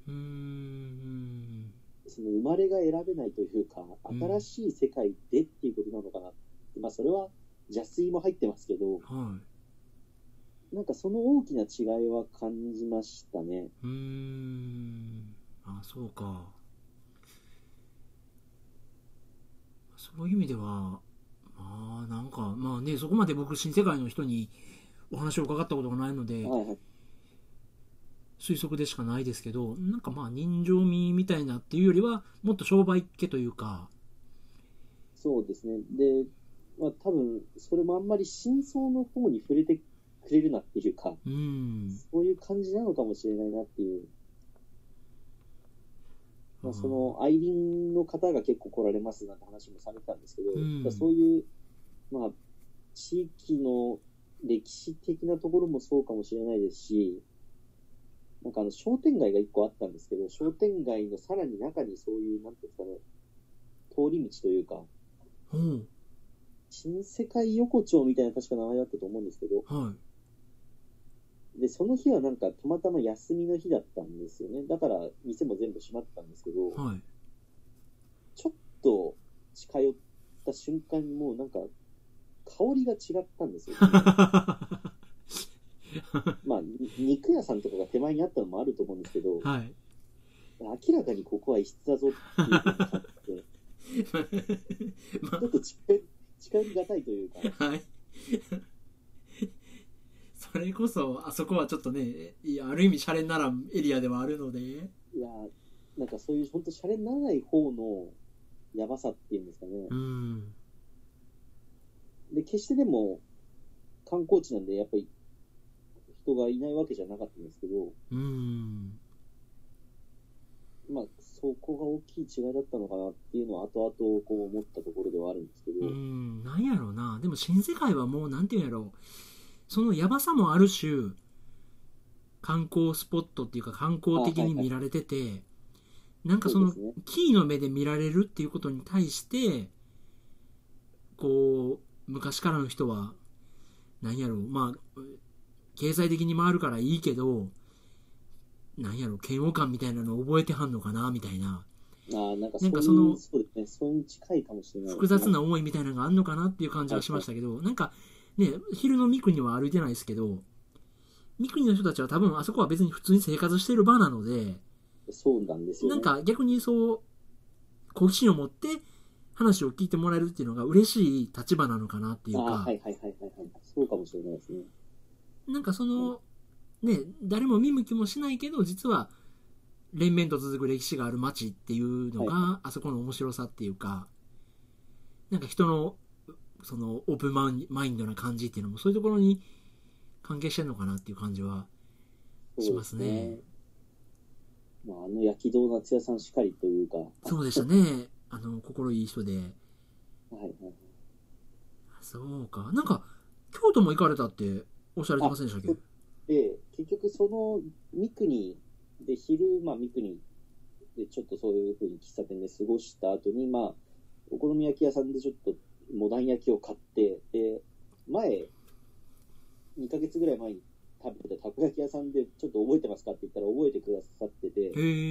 その生まれが選べないというか、新しい世界でっていうことなのかなって、まあそれは邪推も入ってますけど、なんかその大きな違いは感じましたね。 そうか。 そういう意味ではまあなんかまあね、そこまで僕新世界の人にお話を伺ったことがないので、 はいはい。 推測でしかないですけど、なんかまあ人情味みたいなっていうよりはもっと商売っ気というか。 そうですね。で、まあ多分、それもあんまり真相の方に触れてくれるなっていうか、 うん。 そういう感じなのかもしれないなっていう。まあ、その、愛人の方が結構来られますなんて話もされたんですけど、そういう、まあ、地域の歴史的なところもそうかもしれないですし、なんか商店街が一個あったんですけど、商店街のさらに中にそういう、なんていうんですかね、通り道というか、新世界横丁みたいな確か名前だったと思うんですけど、で、その日はなんかたまたま休みの日だったんですよね。だから店も全部閉まってたんですけど、ちょっと近寄った瞬間にもうなんか香りが違ったんですよ。まあ、肉屋さんとかが手前にあったのもあると思うんですけど、明らかにここは異質だぞっていう感じで、ちょっと近寄りがたいというか、 それこそあそこはちょっとね、ある意味シャレにならんエリアではあるので、いやなんかそういう本当シャレにならない方のやばさっていうんですかね。で、決してでも観光地なんでやっぱり人がいないわけじゃなかったんですけど、まあそこが大きい違いだったのかなっていうのは後々こう思ったところではあるんですけど、 なんやろうな。でも新世界はもうなんていうんやろう、そのやばさもある種観光スポットっていうか観光的に見られてて、なんかそのキーの目で見られるっていうことに対してこう昔からの人はなんやろう、まあ経済的に回るからいいけど、なんやろう、嫌悪感みたいなのを覚えてはんのかなみたいな、 なんかそのそういう近いかもしれない、 複雑な思いみたいなのがあんのかなっていう感じはしましたけど、なんかね、昼の三国は歩いてないですけど、三国の人たちは多分あそこは別に普通に生活してる場なので、 そうなんですよね。 なんか逆にそう好奇心を持って話を聞いてもらえるっていうのが嬉しい立場なのかなっていうか、 そうかもしれないですね。 なんかその、ね、誰も見向きもしないけど実は連綿と続く歴史がある街っていうのが、あそこの面白さっていうか、なんか人のそのオープンマインドな感じっていうのもそういうところに関係してるのかなっていう感じはしますね。 まあ、焼きドーナツ屋さんしかりというか。 そうでしたね。心いい人で。そうか。なんか京都も行かれたっておっしゃられてませんでしたっけ？ で、結局その三国で昼、まあ三国でちょっとそういう風に喫茶店で過ごした後に、まあ、お好み焼き屋さんでちょっとモダン焼きを買って、で、2ヶ月ぐらい前に食べてたたこ焼き屋さんでちょっと覚えてますかって言ったら覚えてくださってて、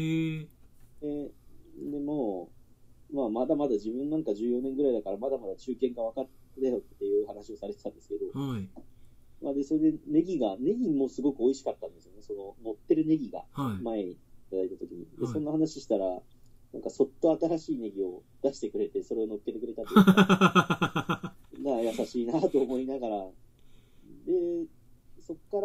でもまあ、まだまだ自分なんか14年ぐらいだからまだまだ中堅が分かってよっていう話をされてたんですけど、まあ、でそれでネギもすごく美味しかったんですよね。その乗ってるネギが前にいただいた時に、でそんな話したらなんかそっと新しいネギを出してくれてそれを乗っけてくれたというか優しいなと思いながら、でそっから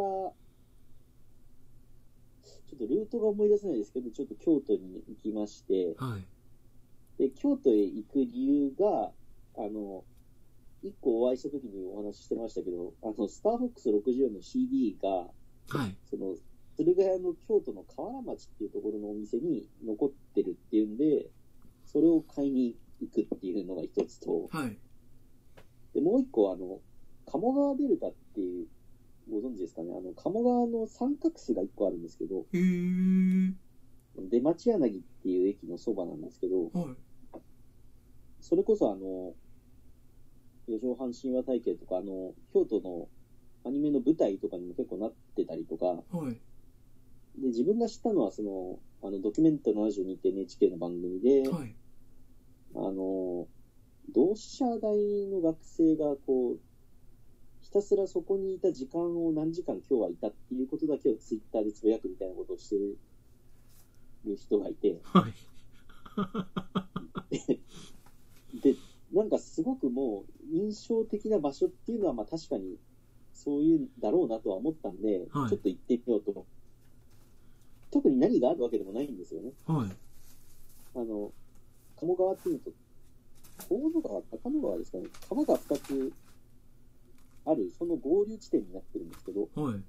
ちょっとルートが思い出せないですけど、ちょっと京都に行きまして、で京都へ行く理由が一個お会いした時にお話ししてましたけど、スターフォックス64の CD が、その駿河屋の京都の河原町っていうところのお店に残ってるっていうんで、それを買いに行くっていうのが一つと、でもう一個鴨川デルタっていう、ご存知ですかね、鴨川の三角巣が一個あるんですけど、出町柳っていう駅のそばなんですけど、それこそ四条半神話体系とか京都のアニメの舞台とかにも結構なってたりとか、で自分が知ったのはそのドキュメント72って NHK の番組で、同志社大の学生がこうひたすらそこにいた時間を何時間今日はいたっていうことだけをツイッターでつぶやくみたいなことをしてる人がいて、でかすごくもう印象的な場所っていうのはまあ確かにそういうんだろうなとは思ったんで、 はい、 ちょっと行ってみようと。特に何があるわけでもないんですよね。 はい。 鴨川っていうのと、大野川、高野川ですかね。川が2つある、その合流地点になってるんですけど、 はい。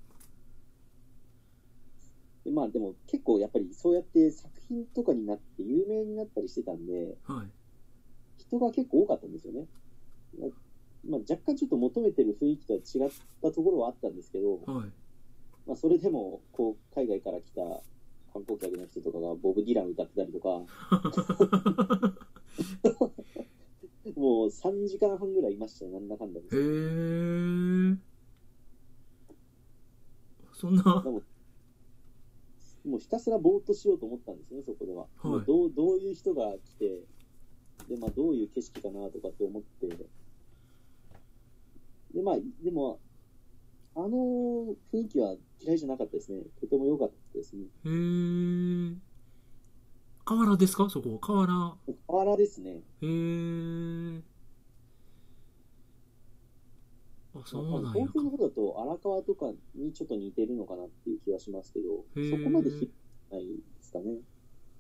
でまあでも結構やっぱりそうやって作品とかになって有名になったりしてたんで、 はい。 人が結構多かったんですよね。まあ、若干ちょっと求めてる雰囲気とは違ったところはあったんですけど、 はい。 まあ、それでもこう海外から来た観光客の人とかがボブ・ディラン歌ってたりとか、もう3時間半ぐらいいましたよ、なんだかんだです。 へー。そんな。 もうひたすらぼーっとしようと思ったんですね、そこでは。 はい、 もうどういう人が来て、で、まあ、どういう景色かなとかって思って、で、まあ、でも、雰囲気は嫌いじゃなかったですね。とても良かったですね。 へー。河原ですか、そこ。河原。 河原ですね。 へー。あ、そうなんや。 東京の方だと荒川とかにちょっと似てるのかなっていう気はしますけど、そこまでひないですかね。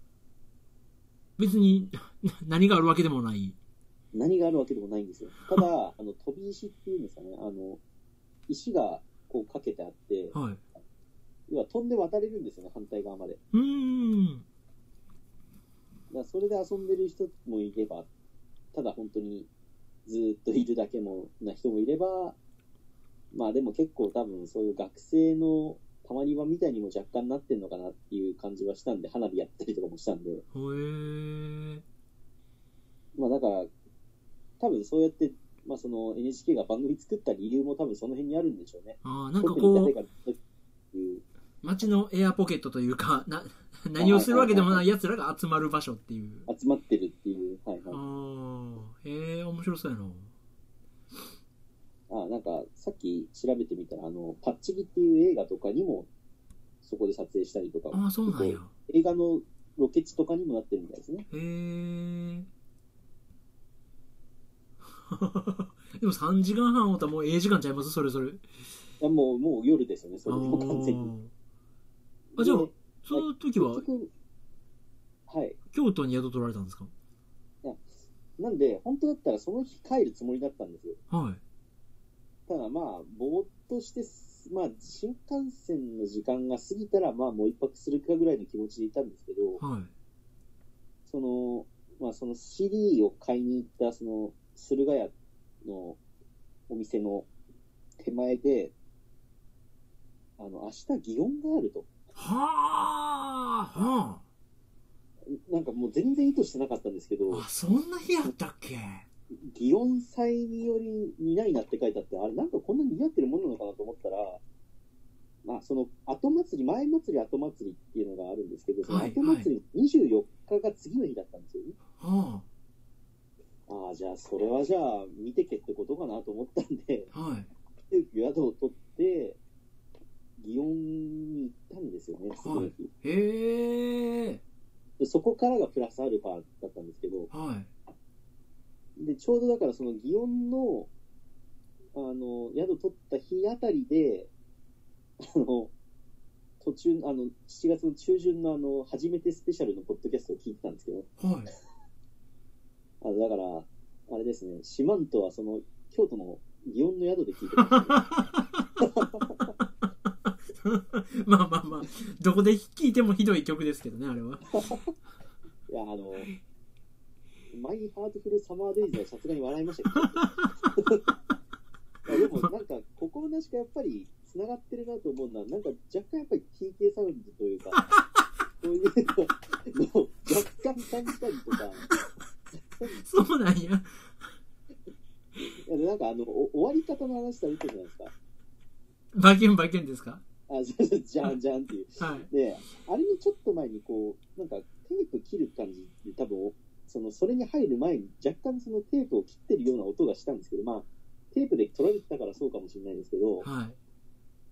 別に何があるわけでもない。 何があるわけでもないんですよ。ただ、飛び石っていうんですかね、石がこうかけてあって、 はい。 要は飛んで渡れるんですよね、反対側まで。 だからそれで遊んでる人もいれば、ただ本当にずっといるだけな人もいれば、まあでも結構多分そういう学生のたまり場みたいにも若干なってんのかなっていう感じはしたんで、花火やったりとかもしたんで。 へー。 まあだから、多分そうやって、まあその NHK が番組作った理由も多分その辺にあるんでしょうね。 ああ、なんかこう、街のエアポケットというか、何をするわけでもない奴らが集まる場所っていう。 集まってるっていう。はいはい。 ああ、へえ、面白そうやな。 なんか、さっき調べてみたら、パッチギっていう映画とかにも、そこで撮影したりとか、 ああ、そうなんや。 映画のロケ地とかにもなってるみたいですね。 へえ。でも3時間半おったらもうええ時間ちゃいます、それそれ。いやもう夜ですよね、それも完全に。 じゃあ、その時は、 はい。 京都に宿取られたんですか？ いや、なんで、本当だったらその日帰るつもりだったんですよ。 はい。 ただまあ、ぼーっとして、まあ、新幹線の時間が過ぎたら、まあ、もう一泊するかぐらいの気持ちでいたんですけど、 はい。 まあ、その CD を買いに行った、駿河屋のお店の手前で、明日祇園があると。 はあ、はなんかもう全然意図してなかったんですけど、 あ。あ、そんな日やったっけ？ 祇園祭により似ないなって書いてあって、あれなんかこんなに似合ってるものなのかなと思ったら、まあその後祭り、前祭り後祭りっていうのがあるんですけど、その後祭り24日が次の日だったんですよね。 はああ、じゃあそれはじゃあ見てけってことかなと思ったんで、 あ。はい。 急遽宿を取って、祇園に行ったんですよね、次の日。 はい、へえ。 でそこからがプラスアルファだったんですけど、 はい。 で、ちょうどだからその祇園の、宿取った日あたりで、途中、7月の中旬の初めてスペシャルのポッドキャストを聞いてたんですけど、 はい。 だから、あれですね、四万十は京都の祇園の宿で聞いてました、ね。 まあまあまあ、どこで聴いてもひどい曲ですけどね、あれは。 いや、マイハートフルサマーデイズはさすがに笑いましたけど。でもなんか、心なしかやっぱり繋がってるなと思うのは、なんか若干やっぱり TK サウンドというか、そういうのを若干感じたりとか。 そうなんや。 なんか終わり方の話されてるじゃないですか。 バキュンバキュンですか？ じゃんじゃんっていう。 はい。 で、あれにちょっと前になんかテープ切る感じで多分、それに入る前に若干そのテープを切ってるような音がしたんですけど、まあ、テープで撮られてたからそうかもしれないですけど、 はい。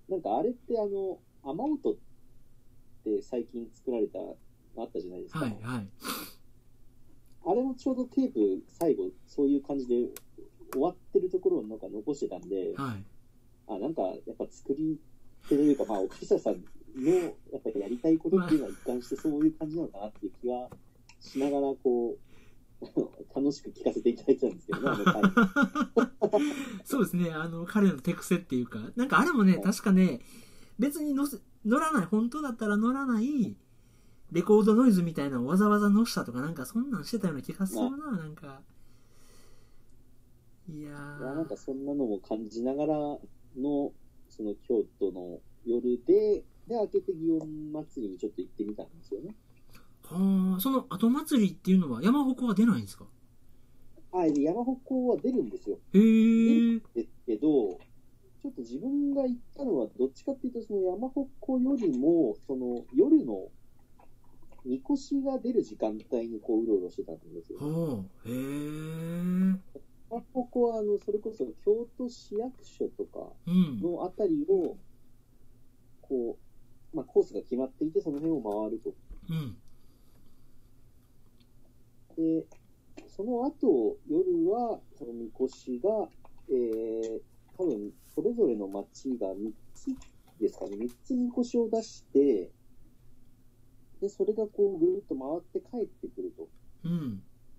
なんかあれって雨音って最近作られた、あったじゃないですか。 はい、はい。 あれもちょうどテープ、最後、そういう感じで終わってるところをなんか残してたんで、 はい。 なんか、やっぱ作り手というか、岡下さんの、やっぱりやりたいことっていうのは一貫してそういう感じなのかなっていう気はしながら、楽しく聞かせていただいてたんですけどね、 そうですね、彼の手癖っていうか、なんかあれもね、確かね、別に乗らない、本当だったら乗らない、レコードノイズみたいなのをわざわざ乗したとか、なんかそんなんしてたような気がするな、なんか。いやなんかそんなのも感じながらの、その京都の夜で、明けて祇園祭りにちょっと行ってみたんですよね。 はあ、その後祭りっていうのは山鉾は出ないんですか？ 山鉾は出るんですよ。 へえ。 ですけど、ちょっと自分が行ったのは、どっちかっていうと、その山鉾よりも、その夜のみこしが出る時間帯にうろうろしてたんですよ。 はあ、へえ。 山鉾は、それこそ京都市役所とかのあたりを、コースが決まっていて、その辺を回ると。 うん。 で、その後、夜は、そのみこしが、多分、それぞれの町が3つですかね、3つみこしを出して、で、それがぐるっと回って帰ってくると。 うん。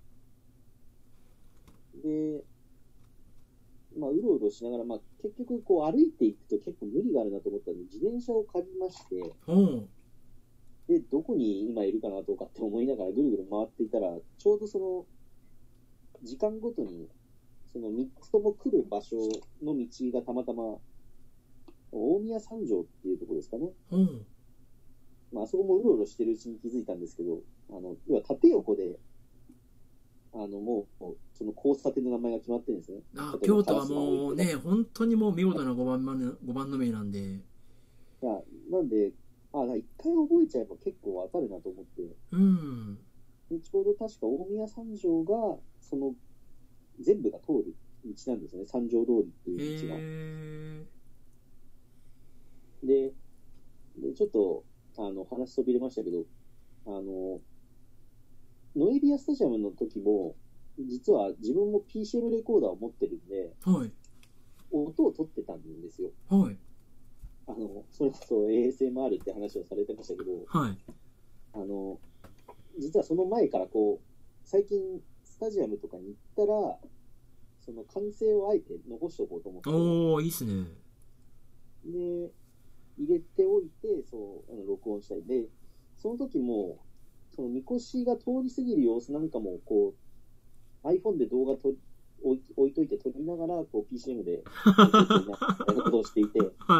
で、うろうろしながら、結局、歩いていくと結構無理があるなと思ったので、自転車を借りまして、で、どこに今いるかなとかって思いながらぐるぐる回っていたら、ちょうどその、時間ごとに、その3つとも来る場所の道がたまたま、大宮三条っていうところですかね。あそこもうろうろしてるうちに気づいたんですけど、要は縦横で、もう、その交差点の名前が決まってるんですね。 京都はもうね、本当にもう見事な5番の目なんで。 なんで、一回覚えちゃえば結構わかるなと思って。でちょうど確か大宮三条が、その、全部が通る道なんですね。三条通りっていう道が。で、ちょっと、話飛び出ましたけど、ノエビアスタジアムの時も、実は自分も PCM レコーダーを持ってるんで、音を取ってたんですよ。それこそ ASMR って話をされてましたけど、実はその前から最近スタジアムとかに行ったら、その歓声をあえて残しておこうと思って。 いいっすね。 で、入れておいて、録音したい。で、その時も、そのみこしが通り過ぎる様子なんかも、iPhone で動画置いといて撮りながら、PCM で、ことをしていて、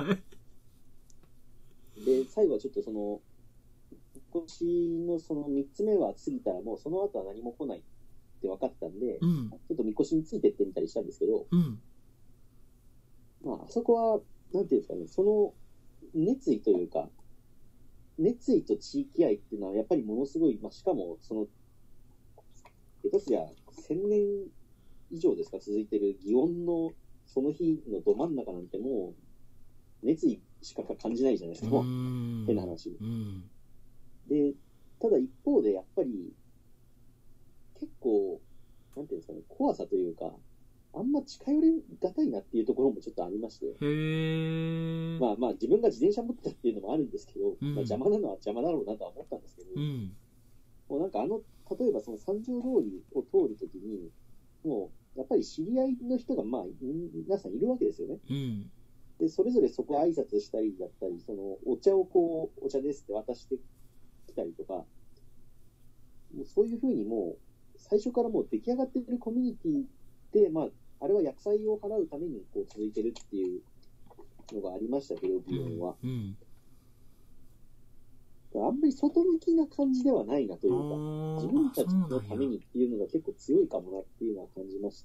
で、最後はちょっとみこしのその3つ目は過ぎたら、もうその後は何も来ないって分かったんで、ちょっとみこしについてってみたりしたんですけど、あそこは、なんていうんですかね、その熱意というか、熱意と地域愛っていうのはやっぱりものすごい、しかも下手すりゃ1000年以上ですか続いてる祇園のその日のど真ん中なんてもう熱意しか感じないじゃないですか。変な話。で、ただ一方でやっぱり結構、なんていうんですかね、怖さというか、あんま近寄りがたいなっていうところもちょっとありまして。自分が自転車持ってたっていうのもあるんですけど、邪魔なのは邪魔だろうなとは思ったんですけど、もうなんか例えばその三条通りを通るときに、もうやっぱり知り合いの人が皆さんいるわけですよね。で、それぞれそこ挨拶したりだったり、そのお茶をお茶ですって渡してきたりとか、もうそういうふうにもう最初からもう出来上がっているコミュニティで、あれは厄災を払うために続いてるっていうのがありましたけど、祇園は。あんまり外向きな感じではないなというか、自分たちのためにっていうのが結構強いかもなっていうのは感じまして。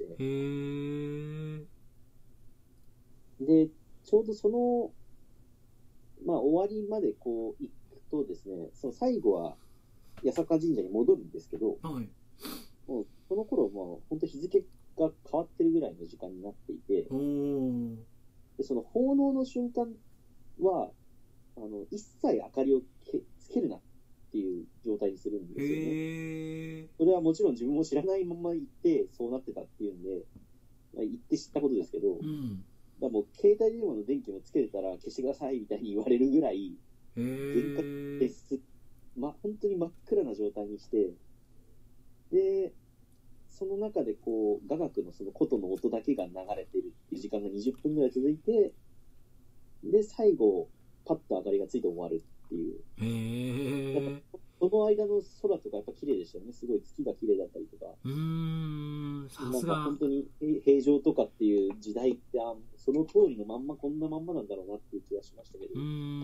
で、ちょうどその、終わりまで行くとですね、その最後は八坂神社に戻るんですけど、もうその頃本当日付が変わってるぐらいの時間になっていて、でその奉納の瞬間は一切明かりをつけるなっていう状態にするんですよね。それはももちろん自分も知らないまま行ってそうなってたっていうんで、まあ、行って知ったことですけど、 うん、 だからもう携帯電話の電気もつけてたら消してくださいみたいに言われるぐらい厳格です、本当に真っ暗な状態にして、でその中でこう雅楽のその琴の音だけが流れてるっていう時間が20分ぐらい続いて、で最後パッと明かりがついて終わるっていう。その間の空とかやっぱ綺麗でしたよね。すごい月が綺麗だったりとか。 さすが。 なんか本当に平常とかっていう時代って、その通りのまんまこんなまんまなんだろうなっていう気がしましたけど。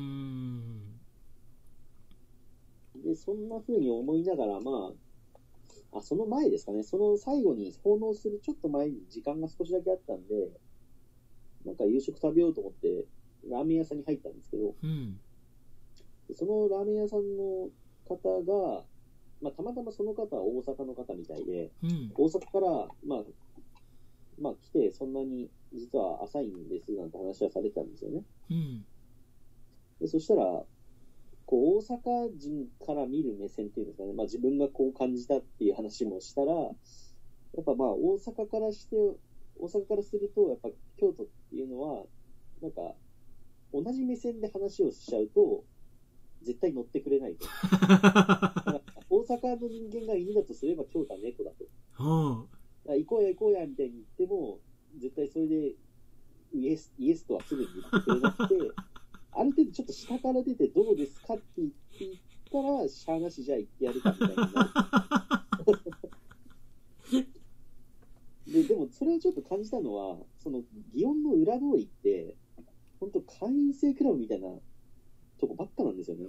で、そんな風に思いながら、その前ですかね。その最後に奉納するちょっと前に時間が少しだけあったんで、なんか夕食食べようと思ってラーメン屋さんに入ったんですけど、そのラーメン屋さんの方が、たまたまその方は大阪の方みたいで、大阪から、来て、そんなに実は浅いんですなんて話はされてたんですよね。でそしたら、こう大阪人から見る目線っていうんですかね、自分がこう感じたっていう話もしたら、やっぱ大阪からすると、やっぱ京都っていうのは、なんか、同じ目線で話をしちゃうと、絶対乗ってくれないと。大阪の人間が犬だとすれば京都は猫だと。行こうや行こうやみたいに言っても、絶対それでイエスとはすぐに言ってくれなくて、ある程度ちょっと下から出てどうですかって言ったら、しゃーなしじゃあ行ってやるかみたいな。でもそれをちょっと感じたのは、その祇園の裏通りって、本当会員制クラブみたいなとこばっかなんですよね。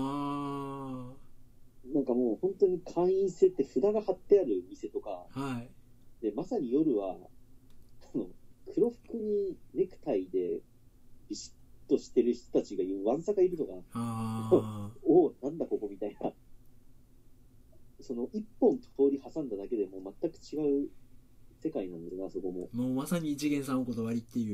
なんかもう本当に会員制って札が貼ってある店とか、でまさに夜は黒服にネクタイでビシッとしてる人たちがわんさかいるとか、おおなんだここみたいな、その一本通り挟んだだけでもう全く違う世界なんですが、そこももうまさに一元さんお断りっていう、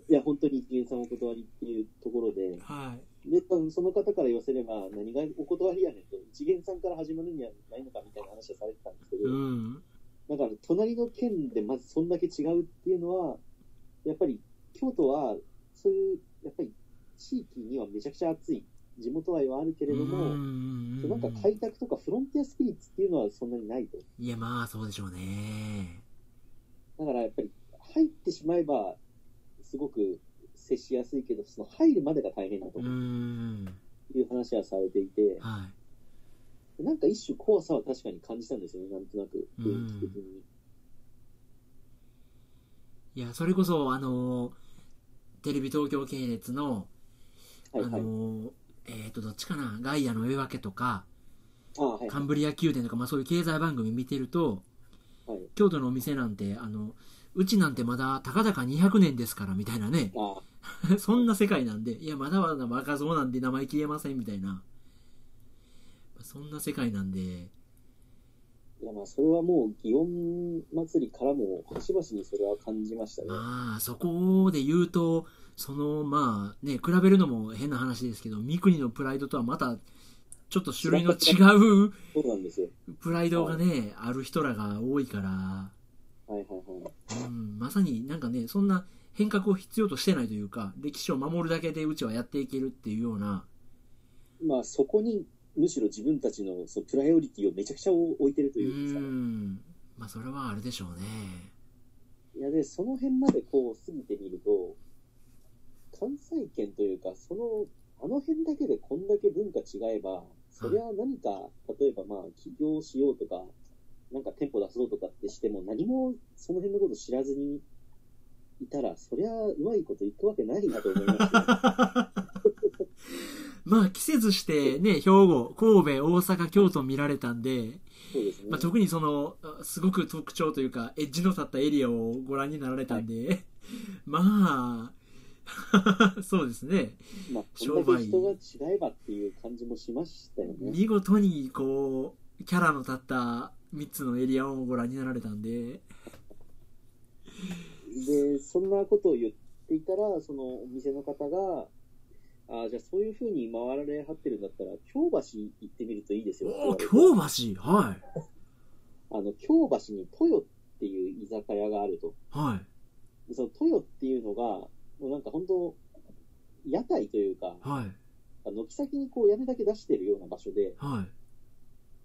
いや本当に一元さんお断りっていうところで、でその方から言わせれば何がお断りやねんと、一元さんから始まるんじゃないのかみたいな話はされてたんですけど、だから隣の県でまずそんだけ違うっていうのは、やっぱり京都はそういうやっぱり地域にはめちゃくちゃ熱い地元愛はあるけれども、なんか開拓とかフロンティアスピリッツっていうのはそんなにないと。 いやそうでしょうね。 だからやっぱり入ってしまえばすごく接しやすいけど、その入るまでが大変だという話はされていて、なんか一種怖さは確かに感じたんですよね、なんとなく雰囲気的に。 いやそれこそテレビ東京系列のどっちかな、ガイアの夜明けとか、カンブリア宮殿とか、そういう経済番組見てると、京都のお店なんてうちなんてまだたかだか200年ですからみたいなねそんな世界なんで、いやまだまだ若造なんで生意気言えませんみたいな、そんな世界なんで、いやそれはもう祇園祭りからも端々にそれは感じましたね。 そこで言うとその比べるのも変な話ですけど、三国のプライドとはまたちょっと種類の違うプライドがね、ある人らが多いから、まさになんかね、そんな変革を必要としてないというか、歴史を守るだけでうちはやっていけるっていうような、 そこにむしろ自分たちのそのプライオリティをめちゃくちゃ置いてるというんですかね。 それはあるでしょうね。 いやでその辺までこう過ぎてみると、関西圏というかあの辺だけでこんだけ文化違えば、そりゃ何か例えば起業しようとか、なんか店舗出そうとかってしても何もその辺のこと知らずにいたら、そりゃうまいこといくわけないなと思いますね。季節してね、兵庫、神戸、大阪、京都見られたんで、 そうですね。 特にすごく特徴というかエッジの立ったエリアをご覧になられたんで、そうですね。 こんだけ人が違えばっていう感じもしましたよね。 見事にこうキャラの立った3つのエリアをご覧になられたんで、 そんなことを言っていたら、そのお店の方が、じゃあそういう風に回られはってるんだったら京橋行ってみるといいですよ。 京橋、 京橋に豊っていう居酒屋があると。 はい。 でその豊っていうのが、もうなんか本当、屋台というか、 はい。 軒先にこう屋根だけ出してるような場所で、 はい。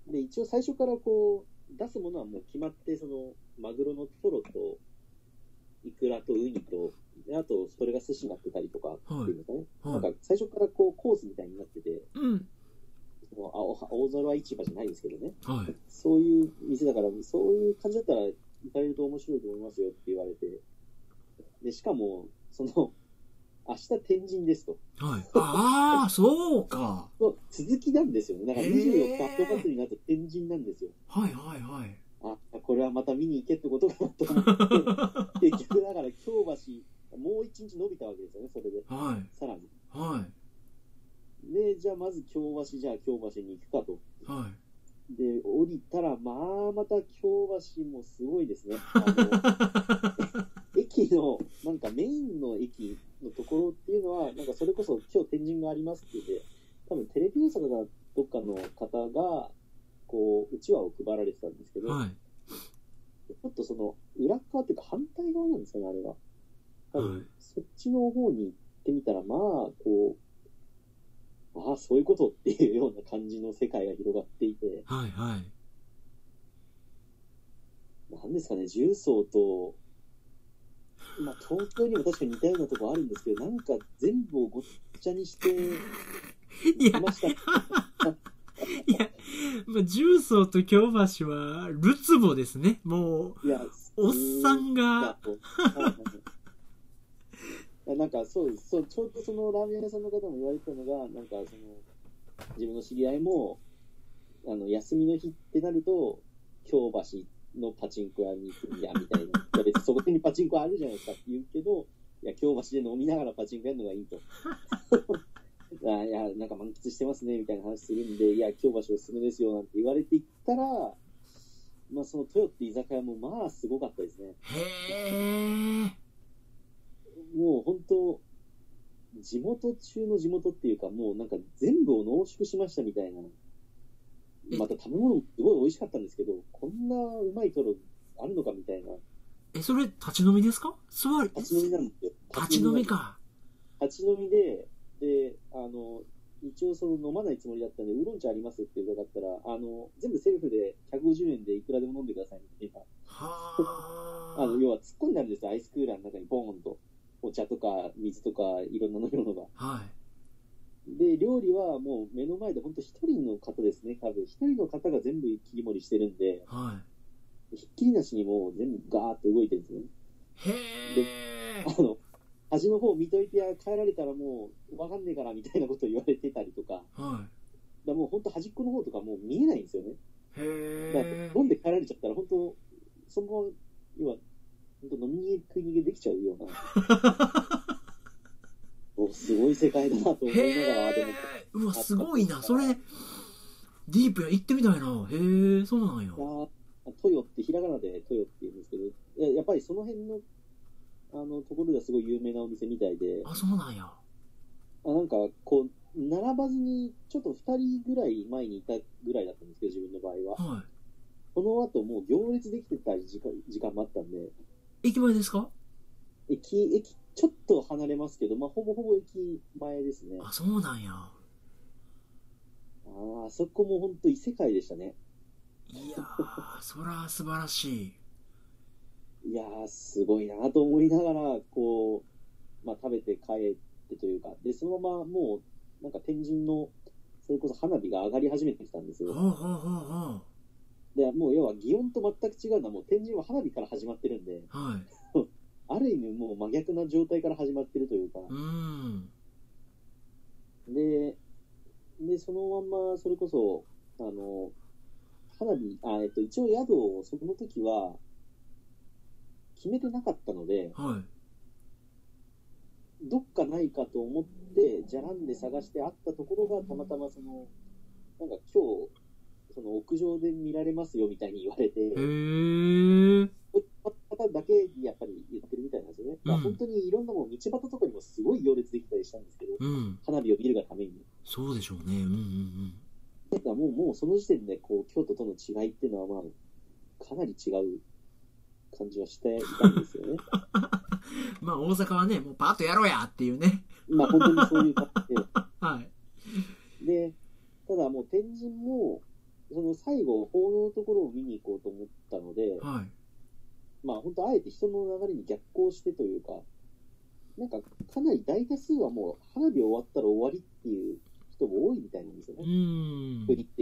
で、一応最初からこう、出すものはもう決まって、その、マグロのトロと、イクラとウニと、であと、それが寿司になってたりとかっていうのかね。 はい。 なんか最初からこう、コースみたいになってて、 うん。 その青空市場じゃないですけどね。 はい。 そういう店だから、そういう感じだったら行かれると面白いと思いますよって言われて。で、しかも、その、明日天神ですと。 はい。ああ、そうか。 の続きなんですよね。だから24日後祭りになると天神なんですよ。 はいはいはい。 あ、これはまた見に行けってことかなと思って、結局だから京橋、もう一日伸びたわけですよね、それで。 はい。 さらに。 はで、じゃあまず京橋に行くかと。 い。はい。 で、降りたら、まあ、また京橋もすごいですね。駅の、なんかメインの駅のところっていうのは、なんかそれこそ今日天神がありますって言って、多分テレビ大阪がどっかの方が、こう、うちわを配られてたんですけど、 はい。 ちょっとその、裏側っていうか反対側なんですかね、あれは。多分、 はい。 そっちの方に行ってみたら、まあ、こう、ああ、そういうことっていうような感じの世界が広がっていて、 はいはい。 なんですかね、重曹と、まあ、東京にも確かに似たようなとこあるんですけど、なんか全部をごっちゃにしていや、 きました。 いや、まあ、重曹と京橋は、るつぼですね。もう、 いや、 おっさんが、 なんかそうです。そう、ちょうどそのラーメン屋さんの方も言われてたのが、なんかその、自分の知り合いも、休みの日ってなると、京橋のパチンコ屋に行くんや、みたいな。いや別にそこにパチンコあるじゃないですかって言うけど、いや、京橋で飲みながらパチンコやるのがいいと。いや、なんか満喫してますね、みたいな話するんで、いや、京橋おすすめですよ、なんて言われていったら、まあ、その豊って居酒屋もまあすごかったですね。 へえ。 もう本当、地元中の地元っていうか、もうなんか全部を濃縮しましたみたいな。また食べ物もすごい美味しかったんですけど、こんなうまいトロあるのかみたいな。 それ、立ち飲みですか？ 立ち飲みなんですよ。 立ち飲みか。 立ち飲みで、一応その飲まないつもりだったんで、ウーロン茶ありますって伺ったら、全部セルフで150円でいくらでも飲んでくださいみたいな。 はあ。 要は突っ込んであるんですよ、アイスクーラーの中にボーンと。お茶とか水とかいろんな飲み物が。 はい。 で、料理はもう目の前で本当一人の方ですね、多分。一人の方が全部切り盛りしてるんで、 はひっきりなしにもう全部ガーッと動いてるんですよね。 い。 で、 へえ。 端の方見といてや、帰られたらもうわかんねえからみたいなことを言われてたりとか、 はだもう本当端っこの方とかもう見えないんですよね。 い。へだえ。 飲んで帰られちゃったら本当、そのまま、要は、本当飲みに食い逃げできちゃうような。すごい世界だなと思いながら、でも。 うわ、すごいな。それ、ディープや、行ってみたいな。へえ、そうなんや。 トヨってひらがなでトヨって言うんですけど、やっぱりその辺のところではすごい有名なお店みたいで、 あ、そうなんや。 なんかこう並ばずにちょっと2人ぐらい前にいたぐらいだったんですけど、自分の場合は。 はい。 この後もう行列できてた時間もあったんで、 駅前ですか？ 駅ちょっと離れますけど、まあほぼほぼ駅前ですね。 あ、そうなんや。 あそこも本当異世界でしたね。 いやー、そら素晴らしい。 いやー、すごいなと思いながら、こう、まあ、食べて帰ってというか、で、そのままもう、なんか天神の、それこそ花火が上がり始めてきたんですよ。 ほうほうほうほで、もう要は祇園と全く違うのは、もう天神は花火から始まってるんで、 う。はい。 ある意味もう真逆な状態から始まってるというか、で、そのまま、それこそ、花火、一応宿をその時は、決めてなかったので、 はい。 どっかないかと思って、じゃらんで探してあったところが、たまたまその、なんか今日、その屋上で見られますよみたいに言われて、 へー。 方だけやっぱり言ってるみたいなんですよね。まあ、本当にいろんなもん、道端とかにもすごい行列できたりしたんですけど、花火を見るがために。 そうでしょうね。 だからもうその時点でこう京都との違いっていうのはまあかなり違う感じはしていたんですよね。 まあ大阪はね、もうパーッとやろうやっていうね。 まあ本当にそういう感じで。 はい。 で、ただもう天神も、その最後、奉納のところを見に行こうと思ったので、 はい。 まあ本当あえて人の流れに逆行してというか、なんかかなり大多数はもう花火終わったら終わりっていう人も多いみたいなんですよね。振りって。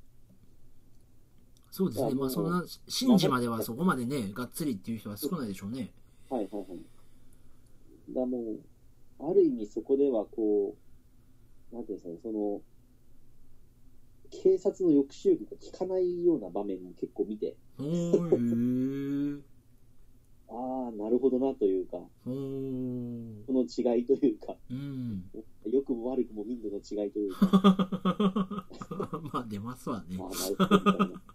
そうですね。まあそんな、神事まではそこまでね、がっつりっていう人は少ないでしょうね。 はいはいはい。だもう、ある意味そこではこう、なんていうんですかね、その、警察の抑止力が効かないような場面も結構見て、ああ、なるほどなというか、その違いというか、良くも悪くも民度の違いというか。 まあ出ますわね。 ああ、なるほどみたいな。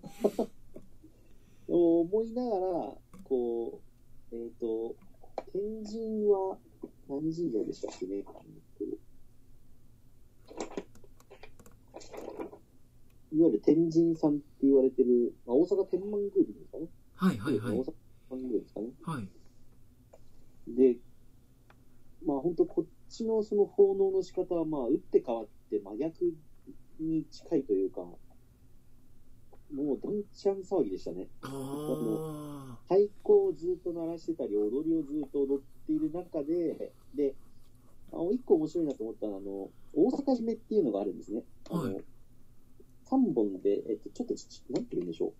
思いながら、こう、天神は何神社でしたっけね。いわゆる天神さんって言われてる、まあ、大阪天満宮ですかね。 はいはいはい。 大阪天満宮ですかね。 はい。 で、まあ本当こっちのその奉納の仕方は、まあ打って変わって真逆に近いというか、もうどんちゃん騒ぎでしたね。太鼓をずっと鳴らしてたり、踊りをずっと踊っている中で、で、一個面白いなと思ったのは、大阪締めっていうのがあるんですね。 はい、 3本で、ちょっと、なんて言うんでしょう。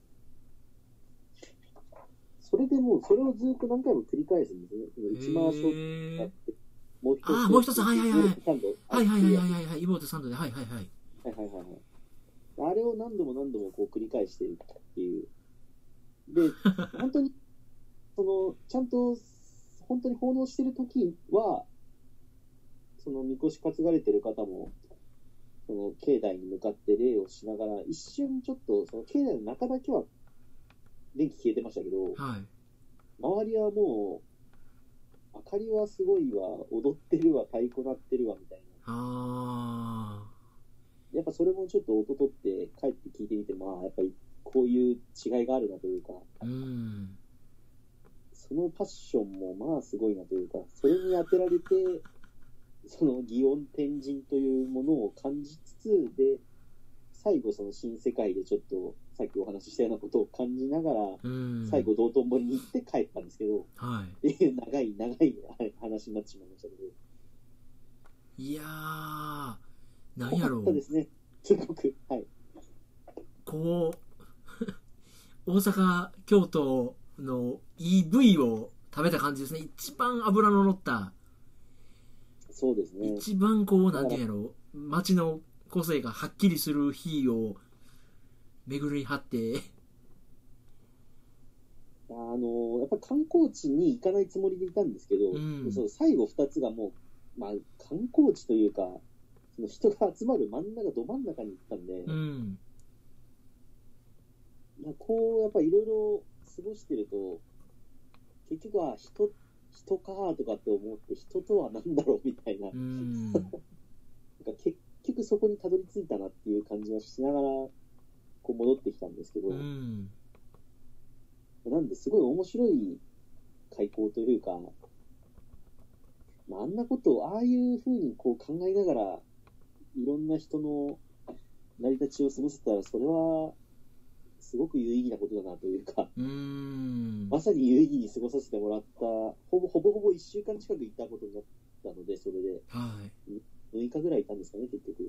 それでもう、それをずっと何回も繰り返すんですね。内回しをやって、もう一つ。 ああ、もう一つ、はいはいはい。はいはいはいはいはい。イボーテサンドで、はいはいはい。 はいはいはい。あれを何度も何度もこう繰り返しているっていう。で、本当に、ちゃんと、本当に奉納してるときは、みこし担がれてる方も、境内に向かって礼をしながら、一瞬ちょっと、境内の中だけは、電気消えてましたけど、 はい、 周りはもう、明かりはすごいわ、踊ってるわ、太鼓鳴ってるわ、みたいな。やっぱそれもちょっと音取って帰って聞いてみても、やっぱりこういう違いがあるなというか、そのパッションもまあすごいなというか、それに当てられて、祇園天神というものを感じつつ、で、最後新世界でちょっと、さっきお話ししたようなことを感じながら、最後道頓堀に行って帰ったんですけど、っていう長い話になってしまいましたけど。 いやー、何やろう。 よかったですね、すごく。はい。 こう、大阪、京都の EV を食べた感じですね。一番脂の乗った。 そうですね。 一番なんていうんやろう、街の個性がはっきりする日を巡り張って。やっぱ観光地に行かないつもりでいたんですけど、最後2つがもう、まあ、観光地というか、人が集まるど真ん中に行ったんで、やっぱいろいろ過ごしてると、結局は人かとかって思って、人とは何だろうみたいな、結局そこにたどり着いたなっていう感じはしながら、戻ってきたんですけど、なんですごい面白い開口というか、あんなことを、ああいう風に考えながら、いろんな人の成り立ちを過ごせたら、それは、すごく有意義なことだなというか、まさに有意義に過ごさせてもらった、ほぼ1週間近く行ったことになったので、それで、6日ぐらいいたんですかね、結局。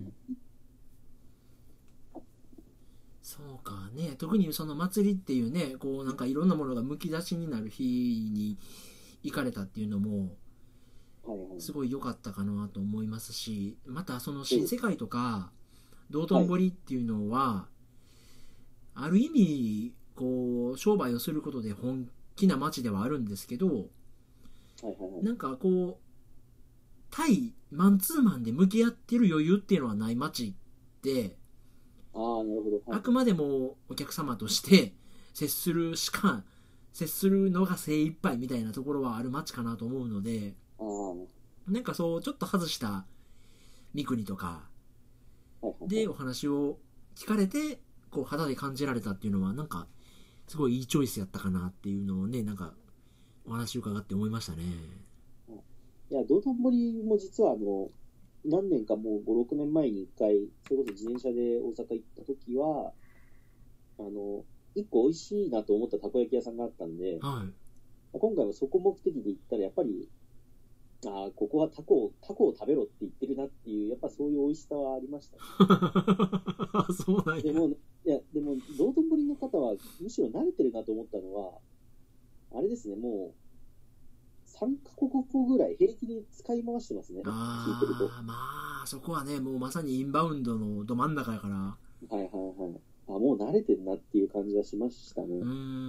そうかね、特に祭りっていうね、なんかいろんなものがむき出しになる日に行かれたっていうのも、すごい良かったかなと思いますし、また新世界とか道頓堀っていうのは、ある意味商売をすることで本気な街ではあるんですけど、なんか対マンツーマンで向き合ってる余裕っていうのはない街で、あくまでもお客様として接するのが精一杯みたいなところはある街かなと思うので、なんかちょっと外した三国とかでお話を聞かれて、 こう肌で感じられたっていうのはなんかすごいいいチョイスやったかなっていうのをね、なんかお話伺って思いましたね。 いや、道頓堀も実は何年かもう5、6年前に1回、それこそ自転車で大阪行った時は、一個美味しいなと思ったたこ焼き屋さんがあったんで、 はい。 今回はそこ目的で行ったら、やっぱり、ここはタコを食べろって言ってるなっていう、やっぱそういう美味しさはありましたね。 そうなんや。 でも、道頓堀の方はむしろ慣れてるなと思ったのは、あれですね、もう、3カ国語ぐらい平気に使い回してますね、聞いてると。 まあ、そこはね、もうまさにインバウンドのど真ん中やから。 はいはいはい。もう慣れてるなっていう感じはしましたね。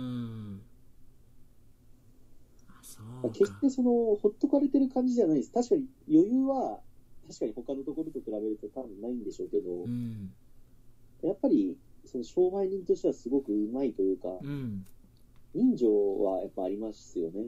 そうか。 決してほっとかれてる感じじゃないです。確かに余裕は、確かに他のところと比べると多分ないんでしょうけど、やっぱり、商売人としてはすごくうまいというか、人情はやっぱありますよね。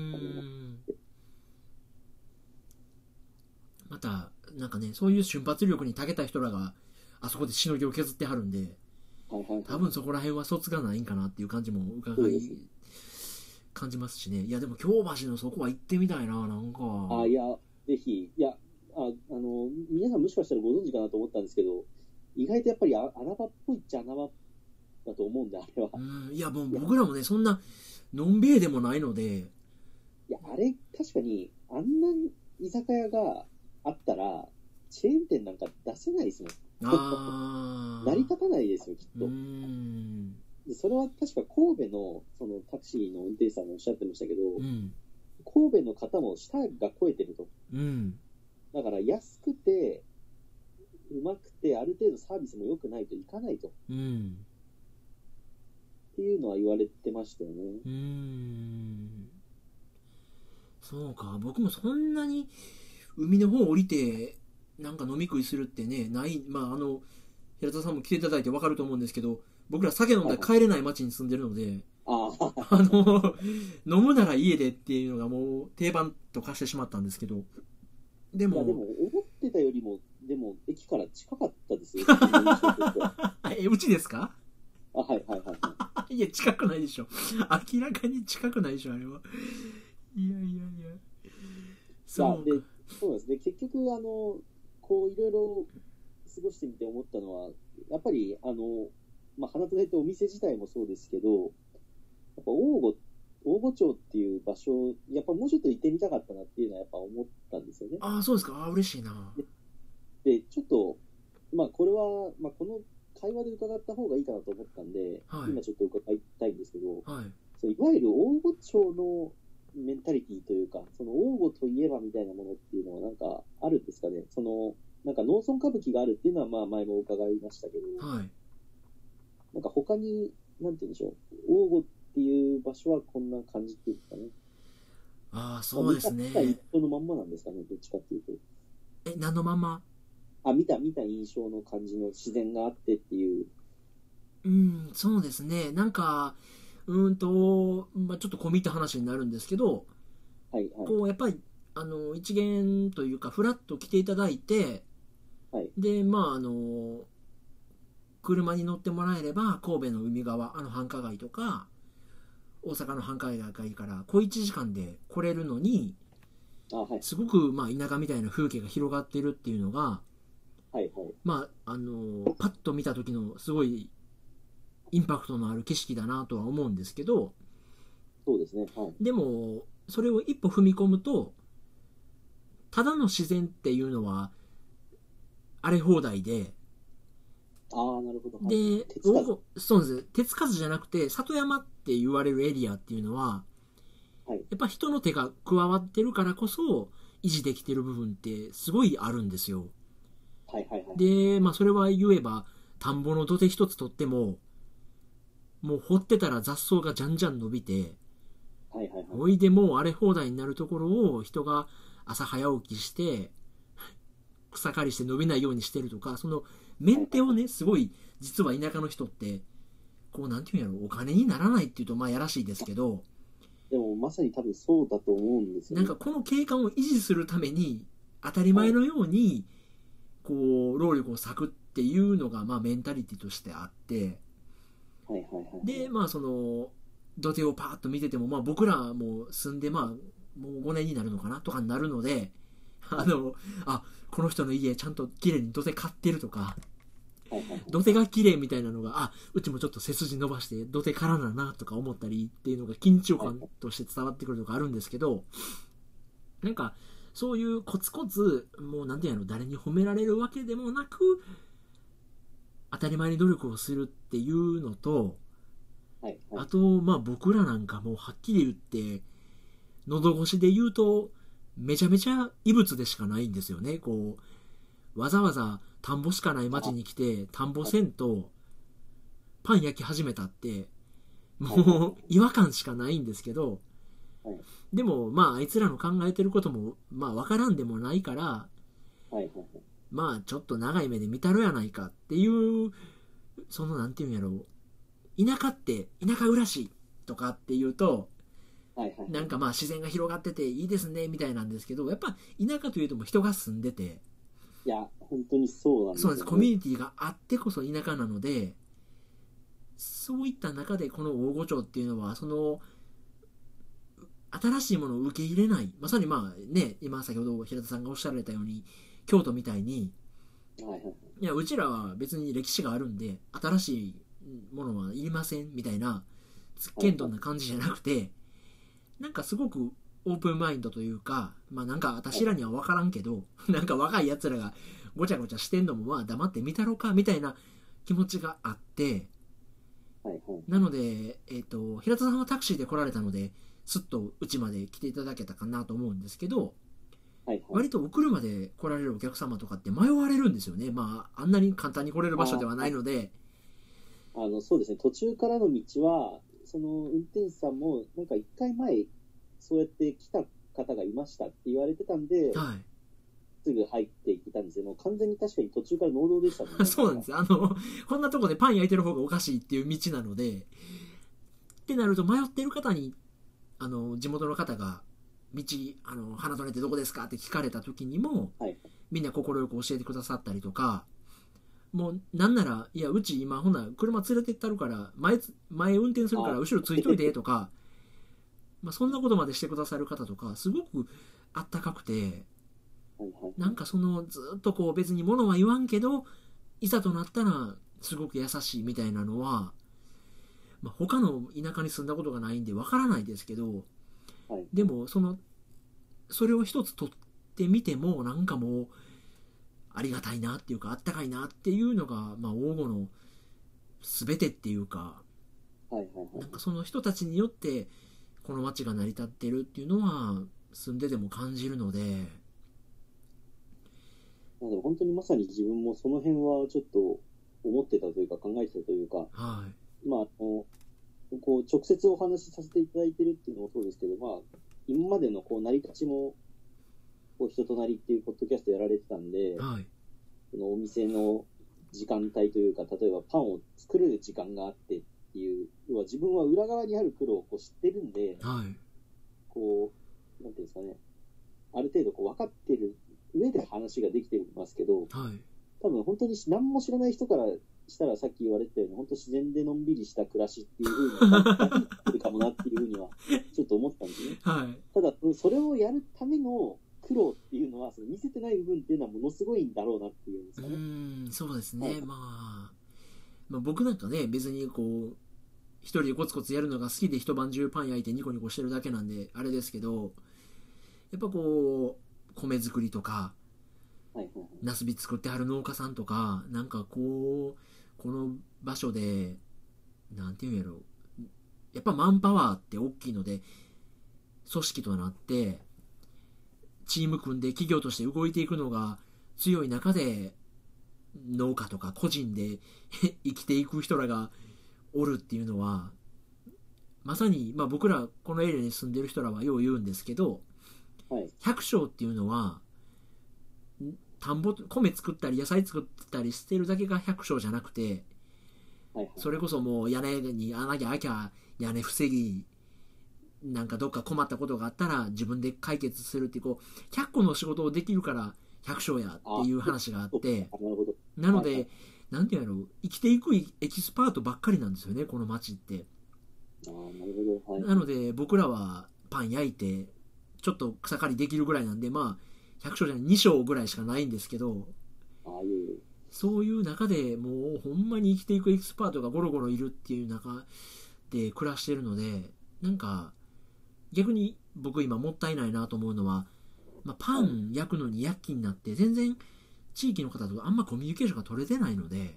またなんかね、そういう瞬発力に長けた人らがあそこでしのぎを削ってはるんで、多分そこら辺は卒がないんかなっていう感じも感じますしね。いやでも京橋のそこは行ってみたいな、なんか。 いやぜひ。いや皆さんもしかしたらご存知かなと思ったんですけど、意外とやっぱり穴場っぽいっちゃ穴場だと思うんで、あれは。 いやもう僕らもね、そんなのんべえでもないので。 いや、あれ確かにあんな居酒屋があったらチェーン店なんか出せないですもん。成り立たないですよ、きっと。でそれは確か神戸のタクシーの運転手さんもおっしゃってましたけど、神戸の方も舌が肥えてると。だから安くてうまくてある程度サービスも良くないといかないと、っていうのは言われてましたよね。 そうか。僕もそんなに海の方降りてなんか飲み食いするってね、ない。平田さんも来ていただいて分かると思うんですけど、僕ら酒飲んだら帰れない町に住んでるので、飲むなら家でっていうのがもう定番と化してしまったんですけど、でも思ってたよりもでも駅から近かったですよ。 うちですか？ はいいや近くないでしょ。明らかに近くないでしょ、あれは。いやそうなんですね。結局こういろいろ過ごしてみて思ったのは、やっぱり花とでってお店自体もそうですけど、やっぱ大御町っていう場所、やっぱもうちょっと行ってみたかったなっていうのはやっぱ思ったんですよね。 そうですか。嬉しいな。 でちょっとこれは、この会話で伺った方がいいかなと思ったんで、今ちょっと伺いたいんですけど、いわゆる大御町のメンタリティというか、大御といえばみたいなものっていうのはなんかあるんですかね。なんか農村歌舞伎があるっていうのは前も伺いましたけど、なんか他になんて言うんでしょう、大御っていう場所はこんな感じっていうんですかね。 そうですね。 一緒のまんまなんですかね、どっちかっていうと。 何のまんま？ 見た印象の感じの自然があってっていう。 そうですね。なんかちょっと込み入った話になるんですけど、こうやっぱり一元というかフラッと来ていただいて、で車に乗ってもらえれば神戸の海側繁華街とか大阪の繁華街から小1時間で来れるのに、すごく田舎みたいな風景が広がってるっていうのが、パッと見た時のすごいインパクトのある景色だなとは思うんですけど、 そうですね。 でもそれを一歩踏み込むと、ただの自然っていうのは荒れ放題で、 なるほど。 で、そうです。手つかずじゃなくて里山って言われるエリアっていうのは、やっぱ人の手が加わってるからこそ維持できてる部分ってすごいあるんですよ。で、それは言えば田んぼの土手一つ取っても、もう掘ってたら雑草がじゃんじゃん伸びて、おいでもう荒れ放題になるところを人が朝早起きして草刈りして伸びないようにしてるとか、そのメンテをね、すごい実は田舎の人ってこうなんていうんやろ、お金にならないっていうとやらしいですけど、 でもまさに多分そうだと思うんですよね。 なんかこの景観を維持するために当たり前のようにこう労力を割くっっていうのがまあメンタリティとしてあって、 はいはいはい。 でまあその土手をパーッと見てても、まあ、僕らも住んでまあもう5年になるのかなとかになるので、この人の家ちゃんと綺麗に土手買ってるとか、土手が綺麗みたいなのが、うちもちょっと背筋伸ばして土手からだなとか思ったりっていうのが緊張感として伝わってくるとかあるんですけど、なんかそういうコツコツもうなんていうの、誰に褒められるわけでもなく当たり前に努力をするっていうのと、あとまあ僕らなんかもうはっきり言って喉越しで言うとめちゃめちゃ異物でしかないんですよね。こうわざわざ田んぼしかない町に来て田んぼせんとパン焼き始めたってもう違和感しかないんですけど、でもまああいつらの考えてることもまあ分からんでもないから、まあちょっと長い目で見たろやないかっていう、そのなんていうんやろう、田舎って田舎暮らしとかっていうと、なんかまあ自然が広がってていいですねみたいなんですけど、やっぱ田舎というとも人が住んでて、 いや本当にそうなんですよね。 そうです。コミュニティがあってこそ田舎なので、そういった中でこの大御町っていうのはその新しいものを受け入れない、まさにまあね、今先ほど平田さんがおっしゃられたように京都みたいに、いやうちらは別に歴史があるんで新しいものはいりませんみたいなつっけんどんな感じじゃなくて、なんかすごくオープンマインドというか、まあなんか私らには分からんけど、なんか若いやつらがごちゃごちゃしてんのもまあ黙って見たろかみたいな気持ちがあって、なので、平田さんはタクシーで来られたのですっとうちまで来ていただけたかなと思うんですけど、割とお車で来られるお客様とかって迷われるんですよね。まああんなに簡単に来れる場所ではないので、 そうですね、途中からの道はその運転手さんもなんか1回前そうやって来た方がいましたって言われてたんで、すぐ入っていけたんですよ。もう完全に確かに途中から農道でしたもんね。 そうなんですよ。こんなとこでパン焼いてる方がおかしいっていう道なので、ってなると迷ってる方に地元の方が道花園ってどこですかって聞かれた時にも、みんな快く教えてくださったりとか、もうなんなら、いやうち今ほな車連れてったるから前運転するから後ろついといてとかまあそんなことまでしてくださる方とかすごくあったかくて、なんかそのずっとこう別に物は言わんけどいざとなったらすごく優しいみたいなのは、まあ、他の田舎に住んだことがないんでわからないですけど、でもそれを一つ取ってみてもなんかもうありがたいなっていうかあったかいなっていうのが、まあ、王吾の全てっていうか、なんかその人たちによってこの町が成り立ってるっていうのは住んででも感じるので、 でも本当にまさに自分もその辺はちょっと思ってたというか考えてたというか、まあこう直接お話しさせていただいてるっていうのもそうですけど、まあ今までのこう成り立ちもこう人となりっていうポッドキャストやられてたんで、そのお店の時間帯というか、例えばパンを作る時間があってっていう、要は自分は裏側にある苦労をこう知ってるんで、こうなんていうんですかね、ある程度こう分かってる上で話ができてますけど、多分本当に何も知らない人からしたらさっき言われてたように本当自然でのんびりした暮らしっていう風になってるかもなっていう風にはちょっと思ったんですね。ただそれをやるための苦労っていうのはその見せてない部分っていうのはものすごいんだろうなっていうんですかね。 そうですね、まあ僕なんかね別にこう一人でコツコツやるのが好きで一晩中パン焼いてニコニコしてるだけなんであれですけど、やっぱこう米作りとかナスビ作ってはる農家さんとかなんかこの場所でなんていうんやろ、やっぱマンパワーって大きいので組織となってチーム組んで企業として動いていくのが強い中で農家とか個人で生きていく人らがおるっていうのはまさに、まあ、僕らこのエリアに住んでる人らはよう言うんですけど、百姓っていうのは田んぼ米作ったり野菜作ったりしてるだけが百姓じゃなくて、それこそもう屋根に穴が開きゃ屋根防ぎ、なんかどっか困ったことがあったら自分で解決するっていう、こう100個の仕事をできるから百姓やっていう話があって、 なので、なんていうの、生きていくエキスパートばっかりなんですよね、この街って。 なるほど。はい。 なので、僕らはパン焼いて、ちょっと草刈りできるぐらいなんで、まあ、100升じゃない、2升ぐらいしかないんですけど、そういう中でもうほんまに生きていくエキスパートがゴロゴロいるっていう中で暮らしてるので、なんか、逆に僕今もったいないなと思うのは、まあ、パン焼くのに躍起になって全然地域の方とあんまコミュニケーションが取れてないので。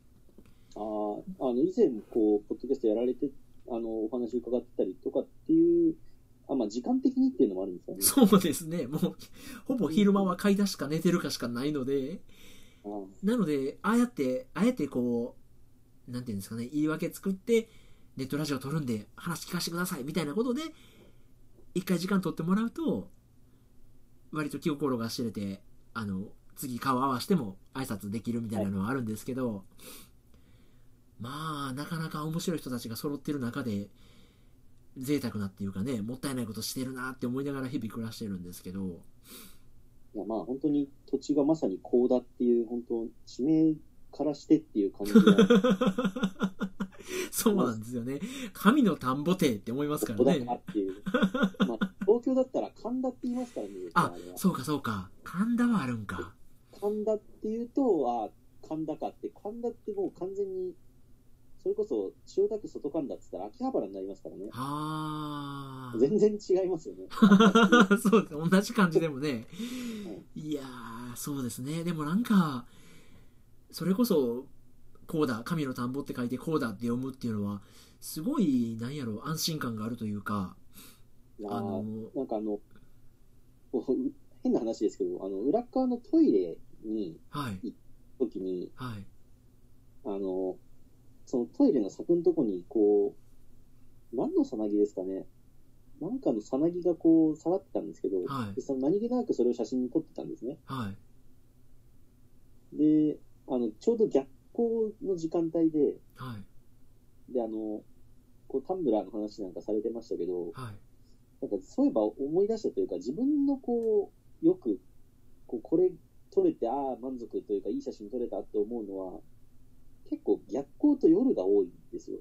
以前こうポッドキャストやられてお話伺ってたりとかっていう、まあ、時間的にっていうのもあるんですかね。 そうですね、もうほぼ昼間は買い出しか寝てるかしかないので、なのであえてこうなんていうんですかね、言い訳作ってネットラジオ撮るんで話聞かせてくださいみたいなことで一回時間取ってもらうと割と気心が知れて、次顔合わせても挨拶できるみたいなのはあるんですけど、まあなかなか面白い人たちが揃ってる中で贅沢なっていうかね、もったいないことしてるなって思いながら日々暮らしてるんですけど、 いやまあ本当に土地がまさにこうだっていう、本当地名からしてっていう感じがそうなんですよね。神の田んぼ亭って思いますからね。 っていう、まあ、東京だったら神田って言いますからね。 そうか神田はあるんか。 神田っていうと神田かって、神田ってもう完全にそれこそ千代田区外神田って言ったら秋葉原になりますからね。全然違いますよね。 そうです、同じ感じでもね。いやー、そうですね。でもなんかそれこそこうだ、神の田んぼって書いてこうだって読むっていうのはすごいなんやろ、安心感があるというか、 なんか変な話ですけど、裏側のトイレに行った時に、そのトイレの柵のとこにこう何のさなぎですかね、なんかのさなぎがこう下がってたんですけど、でその何気なくそれを写真に撮ってたんですね。でちょうど逆光の時間帯で、でこうタンブラーの話なんかされてましたけど、なんかそういえば思い出したというか、自分のこうよくこれ撮れて満足というかいい写真撮れたって思うのは結構逆光と夜が多いんですよ。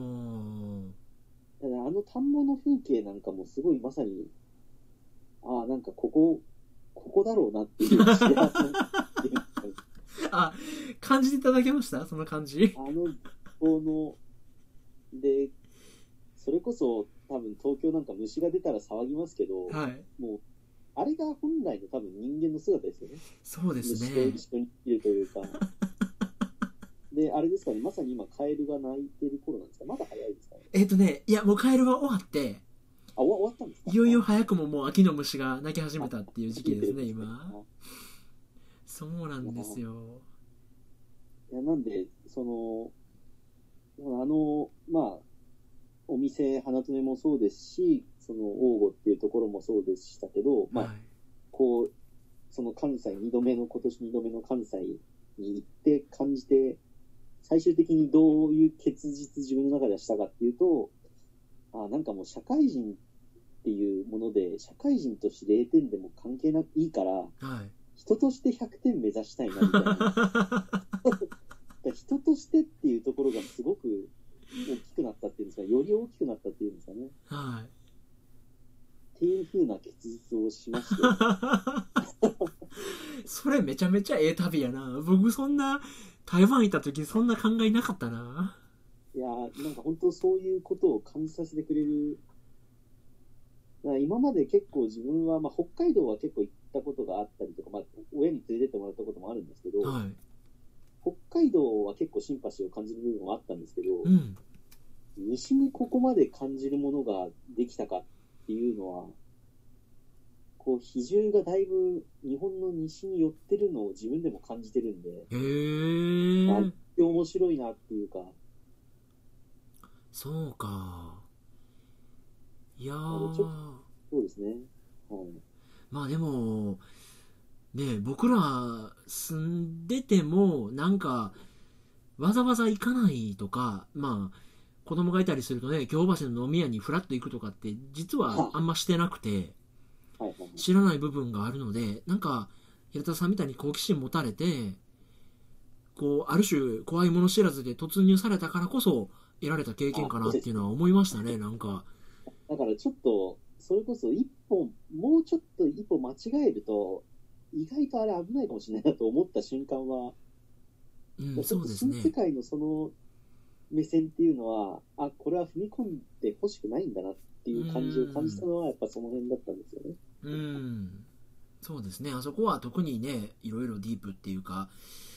だから田んぼの風景なんかもすごいまさになんかここだろうなっていう感じていただけました？その感じ。 でそれこそ多分東京なんか虫が出たら騒ぎますけど、もうあれが本来の多分人間の姿ですよね。 そうですね。 虫と一緒にいるというかであれですかね、まさに今カエルが鳴いてる頃なんですか？まだ早いですかね。 いやもうカエルは終わって終わったんですか？ いよいよ早くももう秋の虫が鳴き始めたっていう時期ですね今。そうなんですよ。 いやなんでまあお店花とねもそうですし、その王吾っていうところもそうでしたけど、こうその関西今年2度目の関西に行って感じて、最終的にどういう結実自分の中でしたかっていうと、なんかもう社会人っていうもので、社会人として0点でも関係なくいいから、人として100点目指したいなみたいな人としてっていうところがすごく大きくなったっていうんですか、より大きくなったっていうんですかね。っていう風な結実をしましてそれめちゃめちゃ旅やな。僕そんな台湾行った時そんな考えなかったな。 いやなんか本当そういうことを感じさせてくれる。今まで結構自分は、北海道は結構行ったことがあったりとか、親に連れてってもらったこともあるんですけど、北海道は結構シンパシーを感じる部分はあったんですけど、西にここまで感じるものができたかっていうのは、こう比重がだいぶ日本の西に寄ってるのを自分でも感じてるんで、面白いなっていうか。 そうか。いやそうですね。 まあでもね、僕ら住んでてもなんかわざわざ行かないとか、子供がいたりするとね、京橋の飲み屋にフラッと行くとかって実はあんましてなくて、知らない部分があるので、なんか平田さんみたいに好奇心持たれてこうある種怖いもの知らずで突入されたからこそ得られた経験かなっていうのは思いましたね。なんかだからちょっとそれこそもうちょっと一歩間違えると意外とあれ危ないかもしれないなと思った瞬間は、 そうですね。 新世界のその目線っていうのは、これは踏み込んでほしくないんだなっていう感じを感じたのはやっぱその辺だったんですよね。 そうですね。あそこは特にね、いろいろディープっていうか、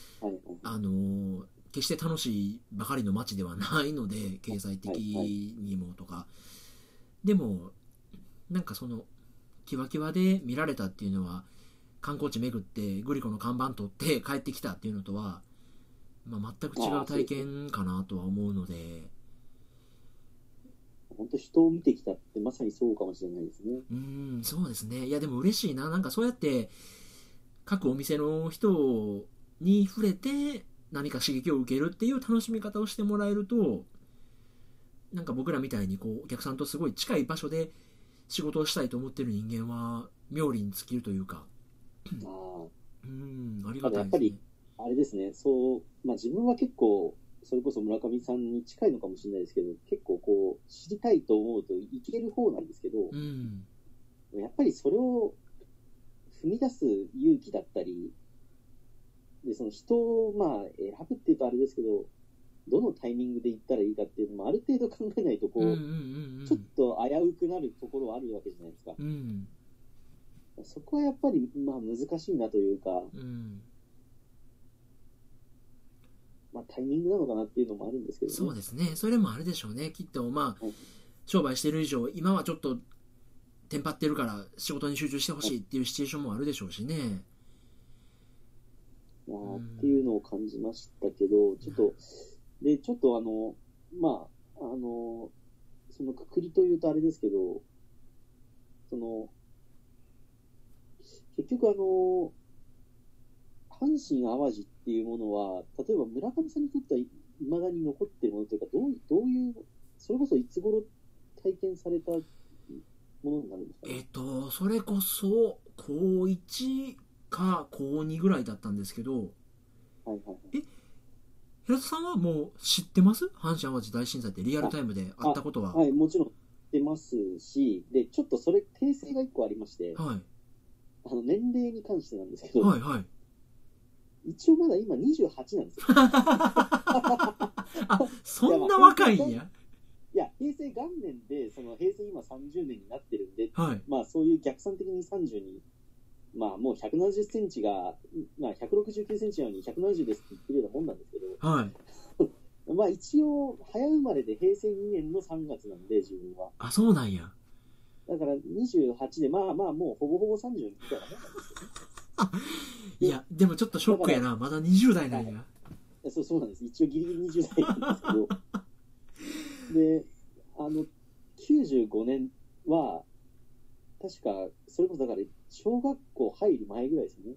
決して楽しいばかりの街ではないので、経済的にもとか、でもなんかそのキワキワで見られたっていうのは、観光地巡ってグリコの看板取って帰ってきたっていうのとは、全く違う体験かなとは思うので、 本当人を見てきたってまさにそうかもしれないですね。 そうですね。いやでも嬉しいな。なんかそうやって各お店の人に触れて何か刺激を受けるっていう楽しみ方をしてもらえると、なんか僕らみたいにこうお客さんとすごい近い場所で仕事をしたいと思ってる人間は妙利に尽きるというか、ありがたいですね。 やっぱりあれですね。自分は結構それこそ村上さんに近いのかもしれないですけど、結構こう知りたいと思うといける方なんですけど、やっぱりそれを踏み出す勇気だったりで、その人を選ぶっていうとあれですけど、どのタイミングで行ったらいいかっていうのもある程度考えないとちょっと危うくなるところはあるわけじゃないですか。そこはやっぱり難しいなというか、タイミングなのかなっていうのもあるんですけどね。 そうですね。それもあるでしょうね。きっと商売してる以上、今はちょっとテンパってるから仕事に集中してほしいっていうシチュエーションもあるでしょうしね。 っていうのを感じましたけど、ちょっとそのくくりというとあれですけど、結局阪神・淡路っていうものは、例えば村上さんにとってはいまだに残っているものというか、どういう、それこそいつ頃体験されたものになるんですかね。 それこそ高1か高2ぐらいだったんですけど、平田さんはもう知ってます？阪神・淡路大震災ってリアルタイムで会ったことは。 はい、もちろん知ってますし、で、ちょっとそれ訂正が1個ありまして、年齢に関してなんですけど、一応まだ今28なんですよ。 そんな若いんや。 いや、平成元年で、平成今30年になってるんで、 そういう逆算的に30に、もう170センチが、169センチなのに170ですって言ってるようなもんなんですけど、一応、早生まれで平成2年の3月なんで、自分は。 そうなんや。 だから28で、もうほぼほぼ30みたいなもんなんですよね。 いや、でもちょっとショックやな。まだ20代なんや。 そうなんです。一応ギリギリ20代なんですけど。で、95年は、確か、それこそだから、小学校入る前ぐらいですよね。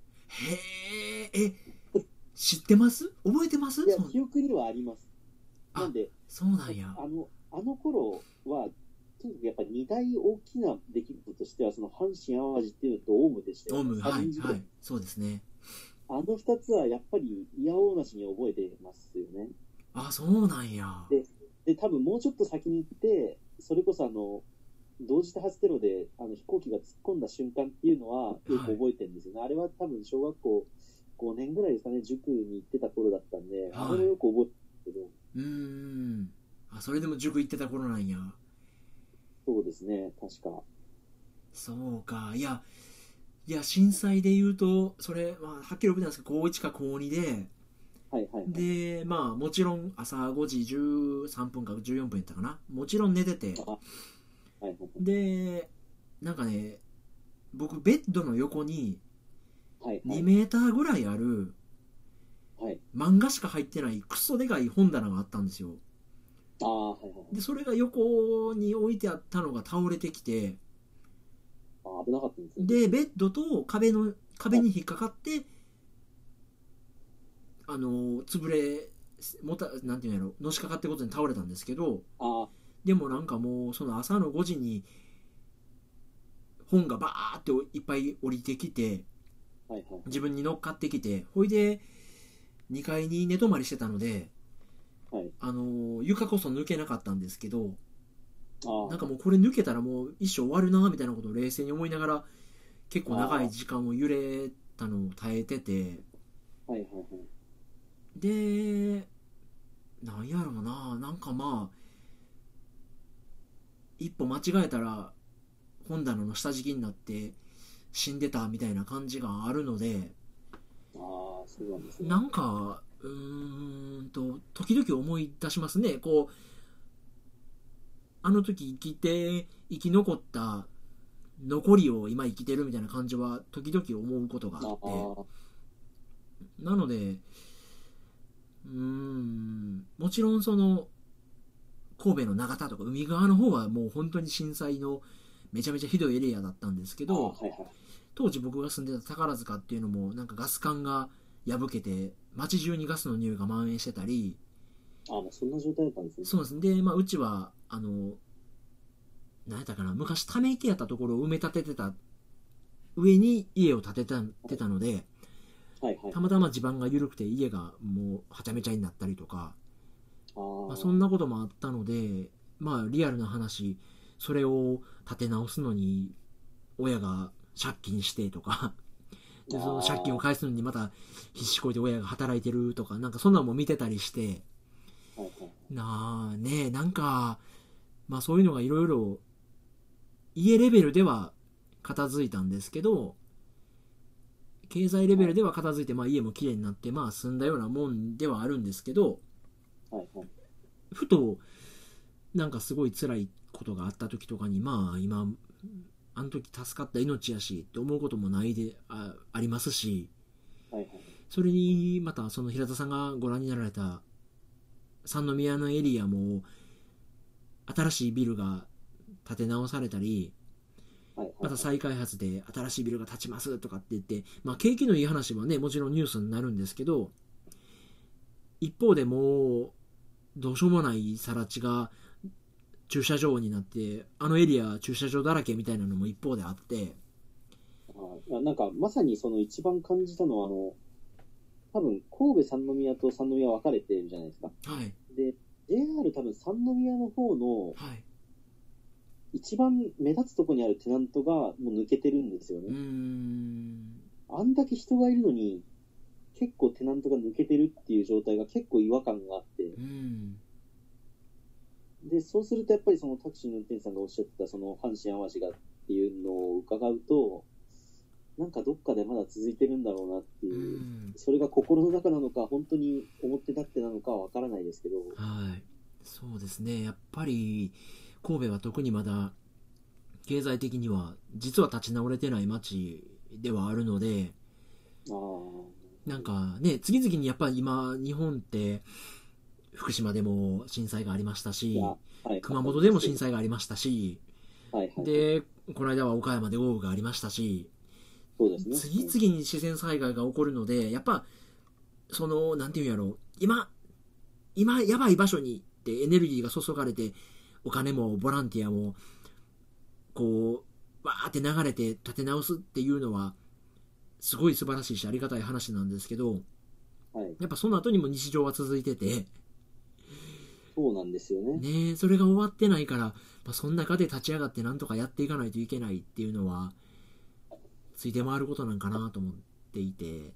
知ってます？覚えてます？ いや、記憶にはあります。なんで、 そうなんや。 あの頃は、とにかくやっぱり2大大きな出来事としては、その阪神・淡路っていうのとオウムでしたよね。 そうですね。 あの2つはやっぱりいやおうなしに覚えてますよね。 そうなんや。 で、多分もうちょっと先に行って、それこそ同時多発テロで飛行機が突っ込んだ瞬間っていうのはよく覚えてるんですよね。あれは多分小学校5年ぐらいですかね、塾に行ってた頃だったんで、あれもよく覚えてるんですけど。 それでも塾行ってた頃なんや。 そうですね、確か。 そうか。いや、震災で言うと、それ、はっきり覚えてないんですけど、高1か高2で、で、もちろん朝5時13分か14分やったかな。もちろん寝てて。で、なんかね、僕、ベッドの横に、2メーターぐらいある、漫画しか入ってないクソでかい本棚があったんですよ。で、それが横に置いてあったのが倒れてきて、 危なかったんですね。 で、ベッドと壁に引っかかって、潰れ、なんていうんやろ、のしかかってことに倒れたんですけど、でもなんかもう、その朝の5時に、本がバーっていっぱい降りてきて、自分に乗っかってきて、ほいで、 2階に寝泊まりしてたので、 はい。 床こそ抜けなかったんですけど、 あなんかもうこれ抜けたらもう一生終わるなみたいなことを冷静に思いながら結構長い時間を揺れたのを耐えてて、 はいはいはい。 でなんやろうな、なんかまあ一歩間違えたら本棚の下敷きになって死んでたみたいな感じがあるので、 ああ、そうなんですね。 なんか時々思い出しますね。こうあの時生き残った残りを今生きてるみたいな感じは時々思うことがあって、なのでもちろんその神戸の長田とか海側の方はもう本当に震災のめちゃめちゃひどいエリアだったんですけど、 はいはい、 当時僕が住んでた宝塚っていうのもなんかガス管が破けて街中にガスの匂いが蔓延してたり、 もうそんな状態だったんですね。 そうですね。で、まあ、うちは何やったかな、昔ため池やったところを埋め立ててた上に家を建てたので、 はいはい、 たまたま地盤が緩くて家がもうはちゃめちゃになったりとか、 まあ、そんなこともあったので、まあリアルな話、それを建て直すのに親が借金してとかでその借金を返すのにまた必死こいて親が働いてるとか、なんかそんなのも見てたりして、 はいはい、 なあね、なんかまあそういうのがいろいろ家レベルでは片付いたんですけど、経済レベルでは片付いて、まあ、家もきれいになって、まあ、住んだようなもんではあるんですけど、 はいはい、 ふとなんかすごい辛いことがあった時とかに、まあ今あの時助かった命やしって思うこともないで ありますし、 はいはい、 それにまたその平田さんがご覧になられた三宮のエリアも新しいビルが建て直されたり、また再開発で新しいビルが建ちますとかって言って、まあ、景気のいい話はねもちろんニュースになるんですけど、一方でもうどうしようもない更地が駐車場になって、あのエリア駐車場だらけみたいなのも一方であって、 なんかまさにその一番感じたのは多分神戸三宮と三宮分かれてるじゃないですか。 はい、で JR 多分三宮の方の、一番目立つところにあるテナントがもう抜けてるんですよね。あんだけ人がいるのに結構テナントが抜けてるっていう状態が結構違和感があって、でそうするとやっぱりそのタクシーの運転手さんがおっしゃってたその阪神・淡路がっていうのを伺うと、なんかどっかでまだ続いてるんだろうなっていう、それが心の中なのか本当に表立ってなのかは分からないですけど、 はい、そうですね。やっぱり神戸は特にまだ経済的には実は立ち直れてない街ではあるので、なんかね、次々にやっぱり今日本って福島でも震災がありましたし、熊本でも震災がありましたし、でこの間は岡山で豪雨がありましたし、 そうですね、 次々に自然災害が起こるので、やっぱそのなんていうんやろう、今やばい場所にってエネルギーが注がれて、お金もボランティアもこうわーって流れて立て直すっていうのはすごい素晴らしいしありがたい話なんですけど、やっぱその後にも日常は続いてて、 そうなんですよね。 ね、それが終わってないから、まあ、その中で立ち上がってなんとかやっていかないといけないっていうのはついて回ることなんかなと思っていて、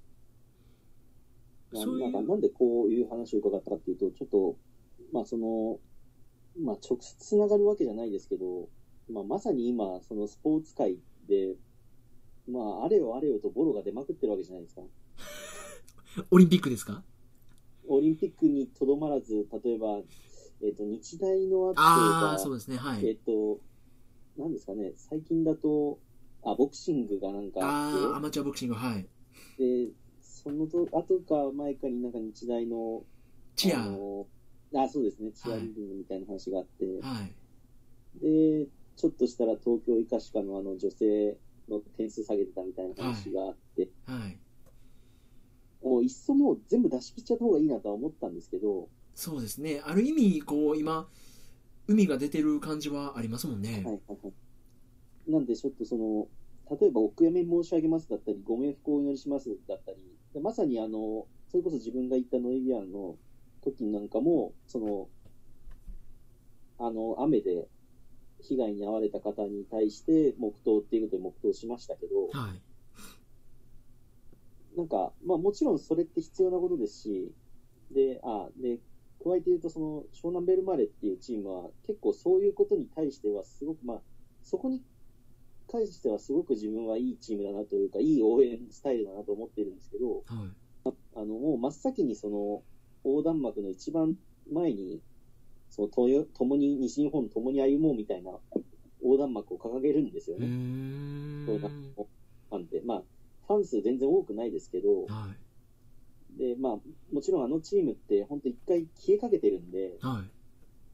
なんでこういう話を伺ったかっていうと、ちょっとまあそのまあ直接つながるわけじゃないですけど、まさに今そのスポーツ界であれよあれよとボロが出まくってるわけじゃないですか。 オリンピックですか？ オリンピックにとどまらず、例えば、日大の後が、 そうですね、はい。 なんですかね、最近だと、ボクシングがなんかあって、 アマチュアボクシング、はい。 で、その後か前かになんか日大の、 チア。 そうですね、チアリーディングみたいな話があって、 はい。 で、ちょっとしたら東京医科歯科の女性の点数下げてたみたいな話があって、 はい。 もういっそもう全部出し切っちゃった方がいいなとは思ったんですけど、 そうですね、ある意味こう今海が出てる感じはありますもんね。 なんでちょっとその例えばお悔やみ申し上げますだったりご冥福をお祈りしますだったり、まさにそれこそ自分が行ったノイビアンの時なんかも、雨で被害に遭われた方に対して黙祷っていうことで黙祷しましたけど、 はい。 なんか、まあもちろんそれって必要なことですし、で、加えて言うと、湘南ベルマーレっていうチームは結構そういうことに対してはすごく、まあ、そこに関してはすごく自分はいいチームだなというか、いい応援スタイルだなと思ってるんですけど、 はい。 もう真っ先に横断幕の一番前に、共に、西日本共に歩もうみたいな横断幕を掲げるんですよね。横断幕ファンって。まあ、ファン数全然多くないですけど、 はい。 で、まあ、もちろんあのチームって本当一回消えかけてるんで、 はい。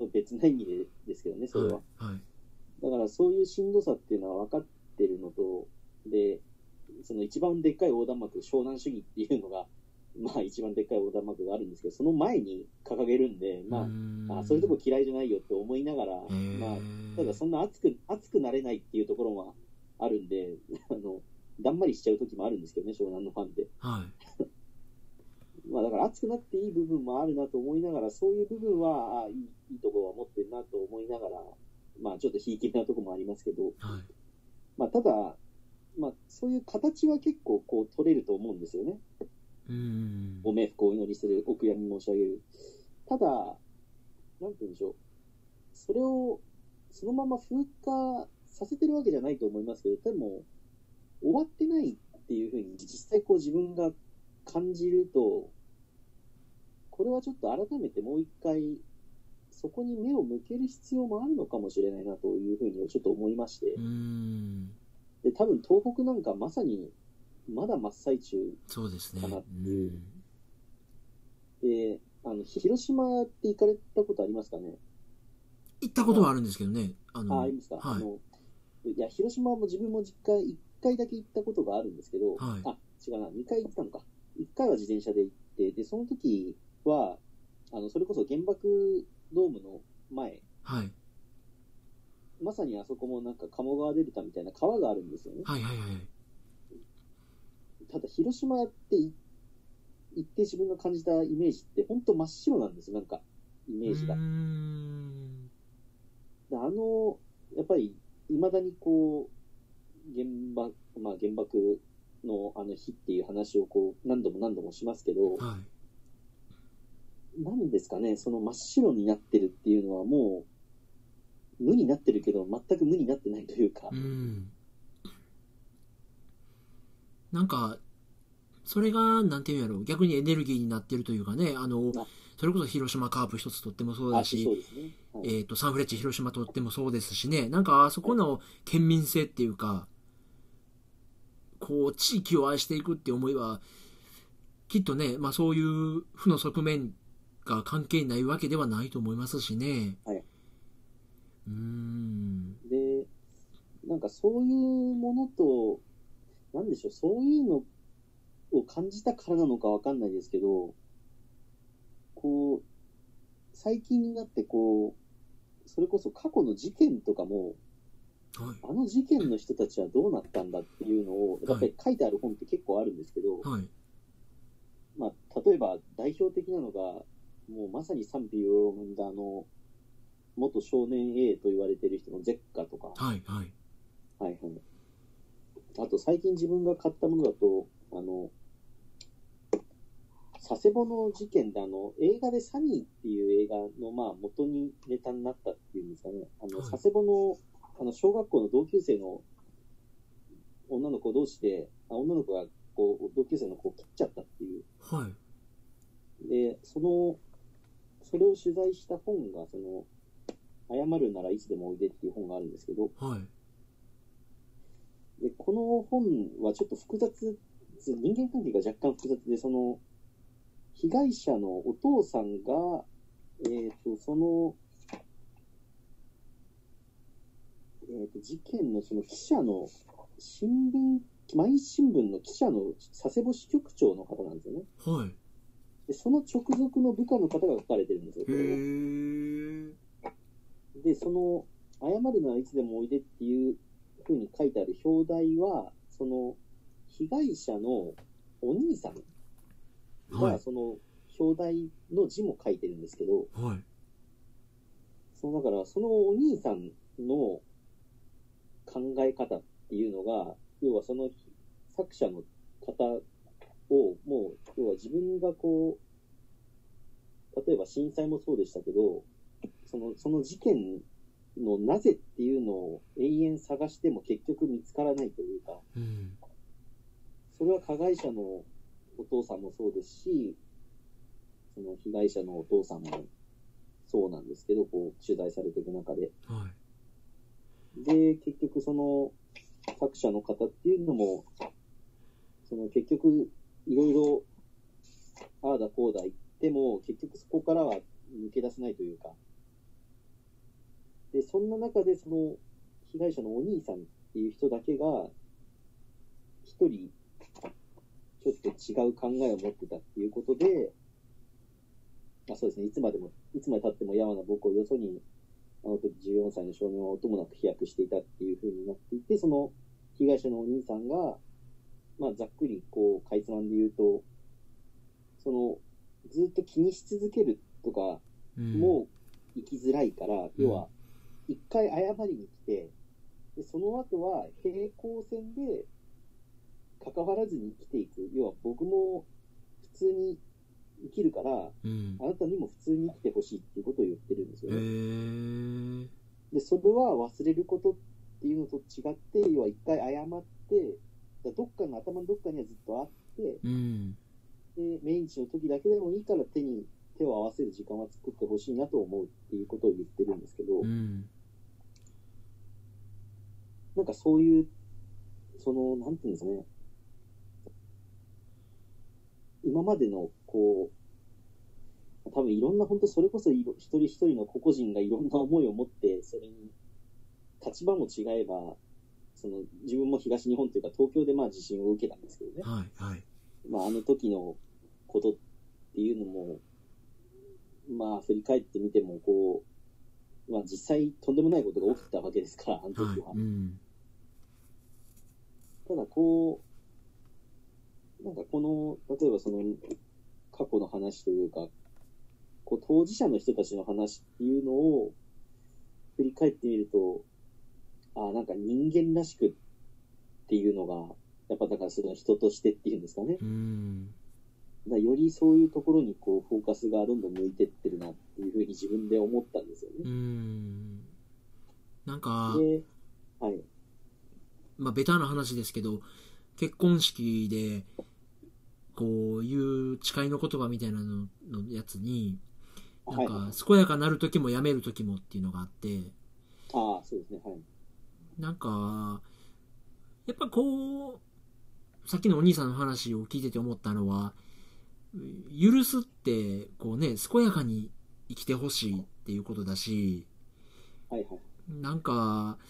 別な意味ですけどね、それは。 はい。はい。 だからそういうしんどさっていうのは分かってるのと、で、その一番でっかい横断幕、湘南主義っていうのが、まあ一番でっかい横断幕があるんですけど、その前に掲げるんで、まあ、そういうとこ嫌いじゃないよって思いながら、まあ、ただそんな熱くなれないっていうところはあるんで、だんまりしちゃう時もあるんですけどね、湘南のファンって。 はい。 まあだから熱くなっていい部分もあるなと思いながら、そういう部分は、いいところは持ってるなと思いながら、まあちょっとひいきなところもありますけど、 はい。 まあただ、まあそういう形は結構こう取れると思うんですよね。ご冥福をお祈りする、お悔やみ申し上げる。ただ、なんて言うんでしょう。それを、そのまま風化させてるわけじゃないと思いますけど、でも、終わってないっていうふうに実際こう自分が感じると、これはちょっと改めてもう一回、そこに目を向ける必要もあるのかもしれないなというふうにちょっと思いまして。で、多分東北なんかまさに、まだ真っ最中かなっていう。で、広島って行かれたことありますかね？ 行ったことはあるんですけどね。 ありますか？ はい。 いや、広島も自分も実家1回だけ行ったことがあるんですけど、 はい、 違うな、2回行ったのか。1回は自転車で行って、で、その時は、それこそ原爆ドームの前、 はい、 まさにあそこもなんか鴨川デルタみたいな川があるんですよね。 はいはいはい。ただ広島って行って自分が感じたイメージって本当真っ白なんですよ、なんかイメージが。やっぱり未だにこう原爆の日っていう話をこう何度もしますけど、 はい、 なんですかね、その真っ白になってるっていうのはもう無になってるけど全く無になってないというか、 なんかそれがなんていうんやろう、逆にエネルギーになってるというかね、それこそ広島カープ一つとってもそうだし、サンフレッチェ広島とってもそうですしね、なんかあそこの県民性っていうか、こう地域を愛していくっていう思いはきっとね、まあそういう負の側面が関係ないわけではないと思いますしね。 はい。で、なんかそういうものと、なんでしょう、そういうのを感じたからなのかわかんないですけど、こう、最近になってこう、それこそ過去の事件とかも、 はい、 あの事件の人たちはどうなったんだっていうのを、やっぱり書いてある本って結構あるんですけど、 はい、 まあ、例えば代表的なのが、もうまさに賛否を生んだ元少年 A と言われてる人のゼッカとか、 はいはい、 はいはい。あと最近自分が買ったものだと、佐世保の事件で映画でサニーっていう映画のまあ元にネタになったっていうんですかね、佐世保の小学校の同級生の女の子同士で、女の子がこう同級生の子を切っちゃったっていう。 はい。 で、それを取材した本が、謝るならいつでもおいでっていう本があるんですけど、 はい。 で、この本はちょっと複雑、人間関係が若干複雑で、被害者のお父さんが、事件の記者の毎新聞の記者の佐世保支局長の方なんですよね。 はい。 で、その直属の部下の方が書かれてるんですよ。で、謝るならいつでもおいでっていう風に書いてある表題は、被害者のお兄さんが、その表題の字も書いてるんですけど、 はい。 だから、そのお兄さんの考え方っていうのが、要はその作者の方を、もう、要は自分がこう、例えば震災もそうでしたけど、その事件のなぜっていうのを永遠探しても結局見つからないというか、 うん、 それは加害者のお父さんもそうですし、その被害者のお父さんもそうなんですけど、こう取材されていく中で。 はい、 で、結局その作者の方っていうのも、その結局いろいろああだこうだ言っても、結局そこからは抜け出せないというか、で、そんな中でその被害者のお兄さんっていう人だけが、一人、ちょっと違う考えを持ってたっていうことで、そうですね、いつまで経ってもやわな僕をよそに、あの時14歳の少年は音もなく飛躍していたっていう風になっていて、その被害者のお兄さんが、ざっくりこう、かいつまんで言うと、ずっと気にし続けるとか、もう生きづらいから、要は、一回謝りに来て、で、その後は平行線で関わらずに生きていく。要は僕も普通に生きるから、あなたにも普通に生きてほしいっていうことを言ってるんですよね。で、それは忘れることっていうのと違って、要は一回謝って、頭のどっかにはずっとあって、で、命日の時だけでもいいから手を合わせる時間は作ってほしいなと思うっていうことを言ってるんですけど、なんかそういう、なんていうんですかね、今までの、こう、多分いろんな、本当それこそ一人一人の個々人がいろんな思いを持って、それに、立場も違えば、自分も東日本というか東京で地震を受けたんですけどね。 はいはい。 あの時のことっていうのも、振り返ってみても、こう、実際とんでもないことが起きたわけですから、あの時は。ただこう、なんかこの、例えば過去の話というか、こう当事者の人たちの話っていうのを振り返ってみると、なんか人間らしくっていうのが、やっぱだからその人としてっていうんですかね。よりそういうところにこうフォーカスがどんどん向いてってるなっていうふうに自分で思ったんですよね。 なんか、 はい。 ベタな話ですけど、結婚式で、こういう誓いの言葉みたいなのやつに、なんか、健やかなる時もやめる時もっていうのがあって、 そうですね、はい。 なんか、やっぱこう、さっきのお兄さんの話を聞いてて思ったのは、許すって、こうね、健やかに生きてほしいっていうことだし、なんか、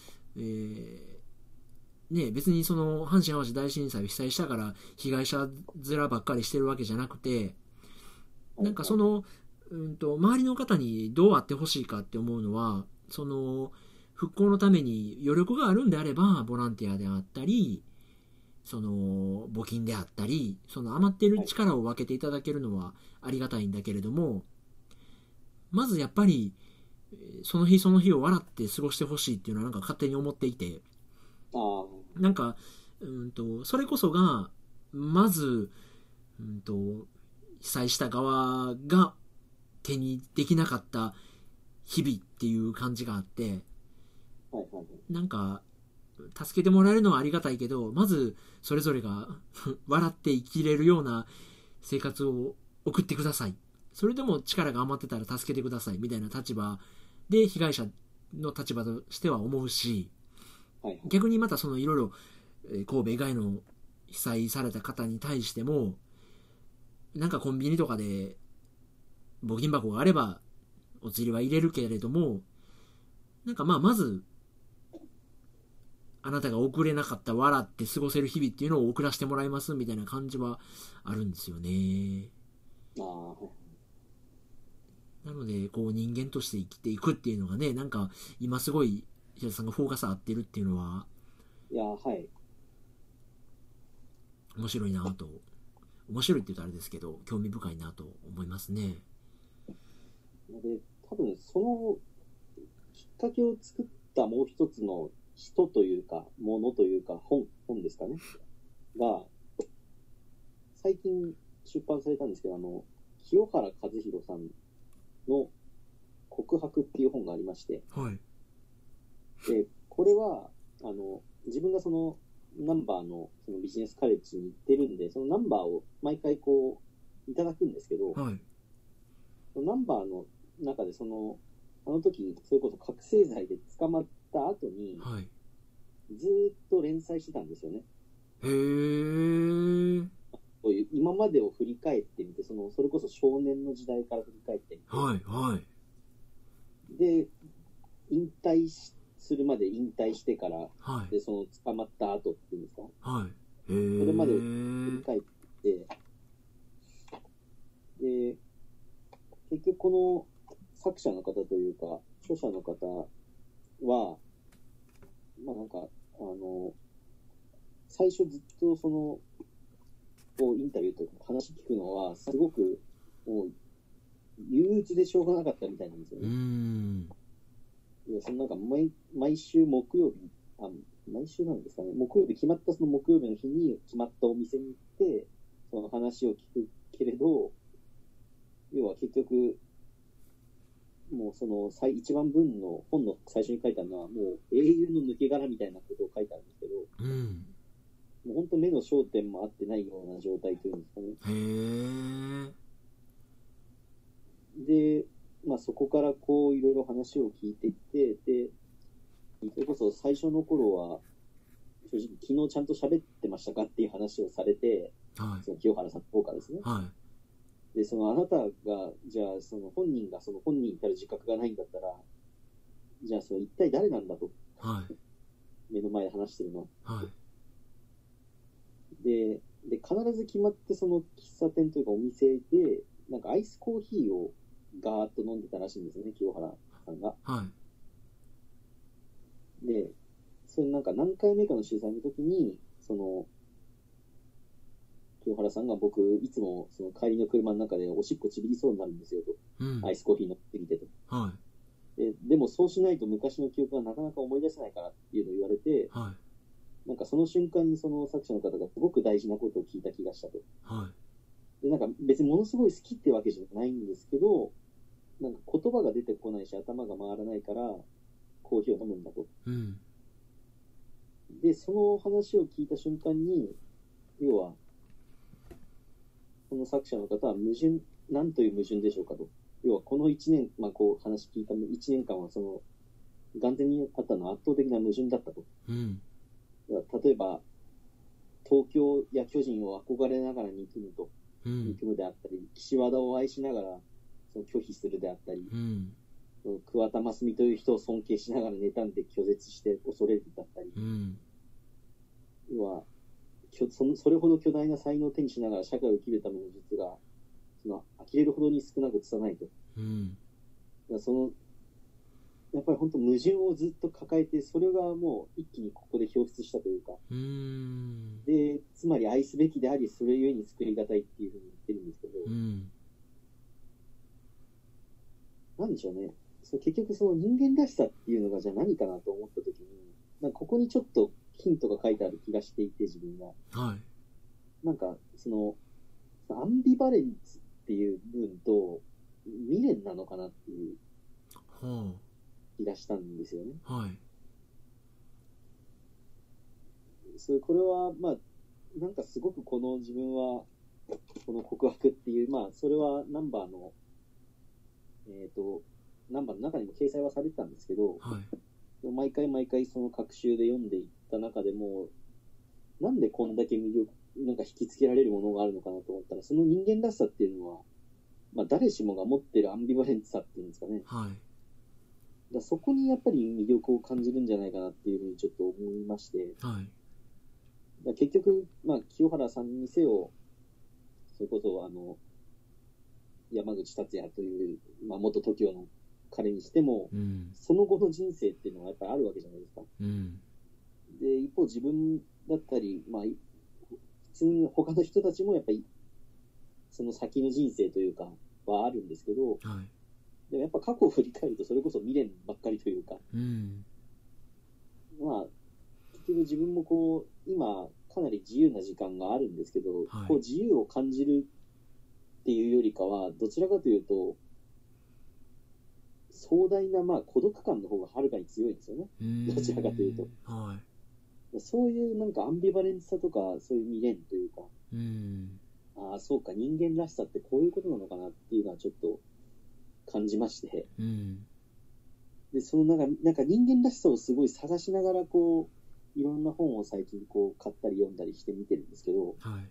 別にその阪神・淡路大震災を被災したから被害者面ばっかりしてるわけじゃなくて、なんか周りの方にどうあってほしいかって思うのは、復興のために余力があるんであればボランティアであったり、募金であったり、余っている力を分けていただけるのはありがたいんだけれども、まずやっぱりその日その日を笑って過ごしてほしいっていうのはなんか勝手に思っていて、なんかそれこそがまず被災した側が手にできなかった日々っていう感じがあって、なんか助けてもらえるのはありがたいけど、まずそれぞれが笑って生きれるような生活を送ってください、それでも力が余ってたら助けてくださいみたいな立場で被害者の立場としては思うし、逆にまたいろいろ神戸以外の被災された方に対しても、なんかコンビニとかで募金箱があればお釣りは入れるけれども、なんかまずあなたが送れなかった笑って過ごせる日々っていうのを送らせてもらいますみたいな感じはあるんですよね。なのでこう人間として生きていくっていうのがね、なんか今すごい平田さんがフォーカス合ってるっていうのは、面白いなと面白いって言うとあれですけど興味深いなと思いますね。 で、多分そのきっかけを作ったもう一つの人というか、ものというか、本ですかね。が、最近出版されたんですけど、清原和博さんの告白っていう本がありまして、 はい。 で、これは、自分がその、ナンバーのそのビジネスカレッジに行ってるんで、そのナンバーを毎回こう、いただくんですけど、 はい。 そのナンバーの中であの時、それこそ覚醒剤で捕まった後に、 はい。 ずーっと連載してたんですよね。 へー。 こういう今までを振り返ってみて、それこそ少年の時代から振り返ってみて、 はい。はい。 で、引退するまで引退してから、 はい。 で、捕まった後っていうんですか、 はい。へー。 それまでを振り返って、で、結局この作者の方というか、著者の方は、まあなんか、最初ずっとこうインタビューとか話聞くのは、すごく、もう、憂鬱でしょうがなかったみたいなんですよね。いや、なんか毎週木曜日、毎週なんですかね、木曜日、決まったその木曜日の日に決まったお店に行って、その話を聞くけれど、要は結局、もう一番文の本の最初に書いたのは、もう英雄の抜け殻みたいなことを書いてあるんですけど、もう本当目の焦点も合ってないような状態というんですかね。で、まあそこからこういろいろ話を聞いていって、で、それこそ最初の頃は、正直昨日ちゃんと喋ってましたかっていう話をされて、 はい。 その清原さんの方からですね。 はい。 で、あなたが、じゃあ本人が本人たる自覚がないんだったら、じゃあ一体誰なんだと。 はい。 目の前で話してるの。 はい。 で、必ず決まって喫茶店というかお店で、なんかアイスコーヒーをガーッと飲んでたらしいんですよね、清原さんが。 はい。 で、それなんか何回目かの取材の時に、清原さんが僕、いつも帰りの車の中でおしっこちびりそうになるんですよと。アイスコーヒー飲ってきてと。 はい。 でもそうしないと昔の記憶がなかなか思い出せないからっていうのを言われて、 はい。 なんかその瞬間に作者の方がすごく大事なことを聞いた気がしたと。 はい。 で、なんか別にものすごい好きってわけじゃないんですけど、なんか言葉が出てこないし頭が回らないからコーヒーを飲むんだと。で、その話を聞いた瞬間に、要は、この作者の方はなんという矛盾でしょうかと。要はこの1年、まあこう話聞いた1年間は眼前にあったのは圧倒的な矛盾だったと。例えば、東京や巨人を憧れながら憎むと。憎むであったり、岸和田を愛しながら拒否するであったり、桑田真澄という人を尊敬しながら妬んで拒絶して恐れるだったり、要はそれほど巨大な才能を手にしながら社会を生きるための術が呆れるほどに少なく拙いと。やっぱり本当矛盾をずっと抱えて、それがもう一気にここで表出したというか、で、つまり愛すべきであり、それゆえに救いがたいっていうふうに言ってるんですけど、なんでしょうね。結局人間らしさっていうのがじゃあ何かなと思ったときに、なんかここにちょっとヒントが書いてある気がしていて、自分が。 はい。 なんか、アンビバレンスっていう部分と、未練なのかなっていう気がしたんですよね。 はい。 これは、まあ、なんかすごく自分は、この告白っていう、まあ、それはナンバーの中にも掲載はされてたんですけど、 はい、 毎回各週で読んでいった中でも、なんでこんだけなんか引きつけられるものがあるのかなと思ったら、その人間らしさっていうのは、まあ誰しもが持ってるアンビバレンスさっていうんですかね。 はい。 そこにやっぱり魅力を感じるんじゃないかなっていうふうにちょっと思いまして、 はい。 結局、まあ清原さんにせよ、それこそ山口達也という、まあ、元 TOKIO の彼にしても、その後の人生っていうのがやっぱりあるわけじゃないですか。で、一方自分だったり、まあ、普通に他の人たちもやっぱりその先の人生というかはあるんですけど、 はいでもやっぱ過去を振り返るとそれこそ未練ばっかりというか、 うん、 まあ結局自分もこう今かなり自由な時間があるんですけど、 はい、 こう自由を感じるっていうよりかはどちらかというと壮大なまあ孤独感の方がはるかに強いんですよね。どちらかというと、 はい、 そういうなんかアンビバレンスさとかそういう未練というか、 うん、 ああそうか人間らしさってこういうことなのかなっていうのはちょっと感じまして、 うん、 でそのなんか人間らしさをすごい探しながらこういろんな本を最近こう買ったり読んだりして見てるんですけど、 はい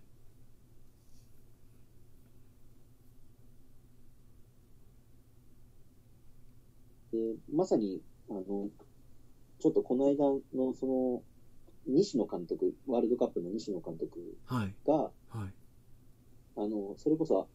でまさにちょっとこの間のその西野監督、ワールドカップの西野監督が、 はい、 それこそ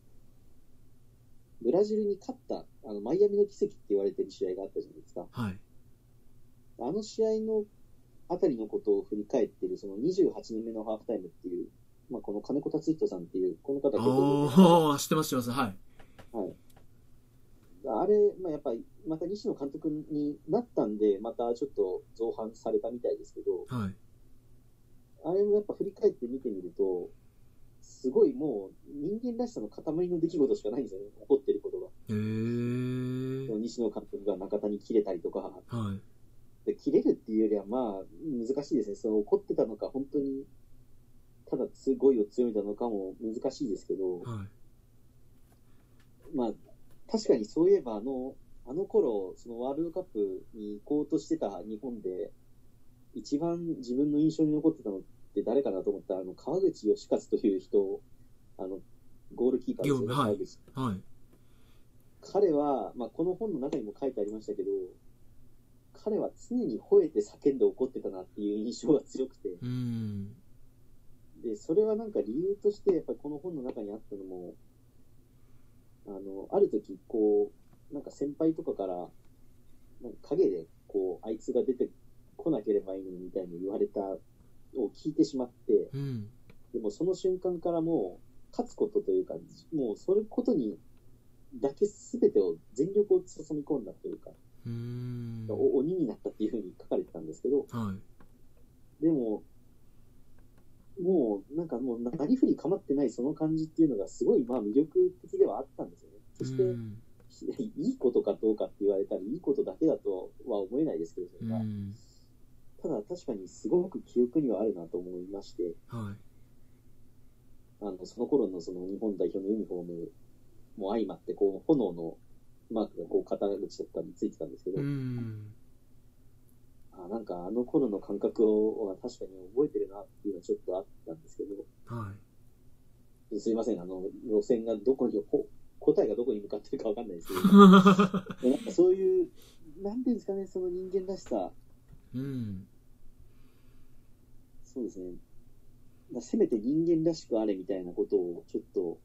ブラジルに勝ったマイアミの奇跡って言われてる試合があったじゃないですか。 はい、 あの試合のあたりのことを振り返ってるその28年目のハーフタイムっていう、まあ、この金子達人さんっていうこの方結構知ってます知ってますはい、 はい、あれ、まあ、やっぱりまた西野監督になったんでまたちょっと造反されたみたいですけど、 はい、 あれもやっぱ振り返って見てみるとすごいもう人間らしさの塊の出来事しかないんですよね、起こってることが。西野監督が中田に切れたりとか、 はい、 で切れるっていうよりはまあ難しいですね。その怒ってたのか本当にただすごいを強めたのかも難しいですけど、 はい、 まあ確かにそういえばあの頃そのワールドカップに行こうとしてた日本で一番自分の印象に残ってたのって誰かなと思ったら川口義勝という人、ゴールキーパーですよね、 はい、 川口。 はい、 彼は、まあ、この本の中にも書いてありましたけど、彼は常に吠えて叫んで怒ってたなっていう印象が強くて、でそれはなんか理由としてやっぱりこの本の中にあったのも、ある時こうなんか先輩とかからなんか陰でこうあいつが出てこなければいいのにみたいに言われたを聞いてしまって、でもその瞬間からもう勝つことというか、もうそれことにだけ全てを全力を注ぎ込んだというか、鬼になったっていうふうに書かれてたんですけど、 はい、 でももうなんかもうなりふり構ってないその感じっていうのがすごいまあ魅力的ではあったんですよね。そしていいことかどうかって言われたらいいことだけだとは思えないですけど、それがただ確かにすごく記憶にはあるなと思いまして、 はい、 その頃のその日本代表のユニフォームも相まってこう炎のマークがこう肩口とかについてたんですけど、なんかあの頃の感覚は確かに覚えてるなっていうのはちょっとあったんですけど、 はい、 すいません、路線がどこに答えがどこに向かってるかわかんないですけどなんかそういうなんていうんですかね、その人間らしさ、そうですね、せめて人間らしくあれみたいなことをちょっと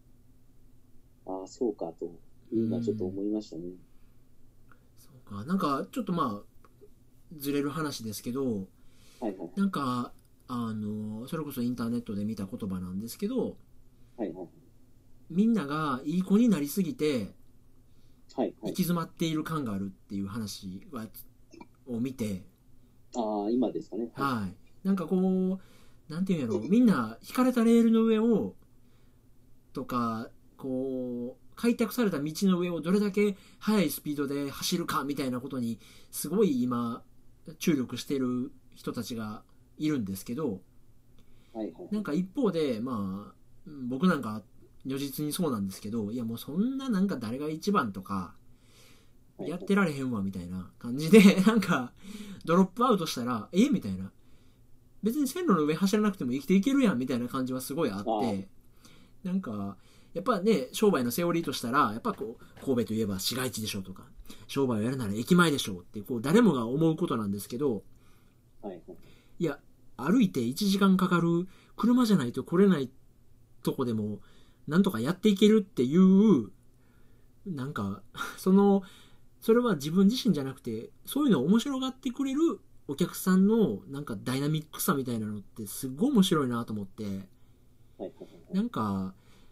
そうかというのはちょっと思いましたね。 そうか、なんかちょっとまあずれる話ですけど、 はいはい、 なんかそれこそインターネットで見た言葉なんですけど、 はいはい、 みんながいい子になりすぎて、 はいはい、 行き詰まっている感があるっていう話を見て、 今ですかね、 はい、なんかこうなんていうんやろ、みんな引かれたレールの上をとかこう開拓された道の上をどれだけ速いスピードで走るかみたいなことにすごい今注力している人たちがいるんですけど、 はいはい、 なんか一方でまあ僕なんか如実にそうなんですけど、いやもうそんななんか誰が一番とかやってられへんわみたいな感じでなんかドロップアウトしたらみたいな、別に線路の上走らなくても生きていけるやんみたいな感じはすごいあって、なんかやっぱね、商売のセオリーとしたらやっぱこう神戸といえば市街地でしょとか、商売をやるなら駅前でしょってこう誰もが思うことなんですけど、いや歩いて1時間かかる車じゃないと来れないとこでもなんとかやっていけるっていう、なんかそれは自分自身じゃなくて、そういうのを面白がってくれるお客さんのなんかダイナミックさみたいなのってすごい面白いなと思って、なんか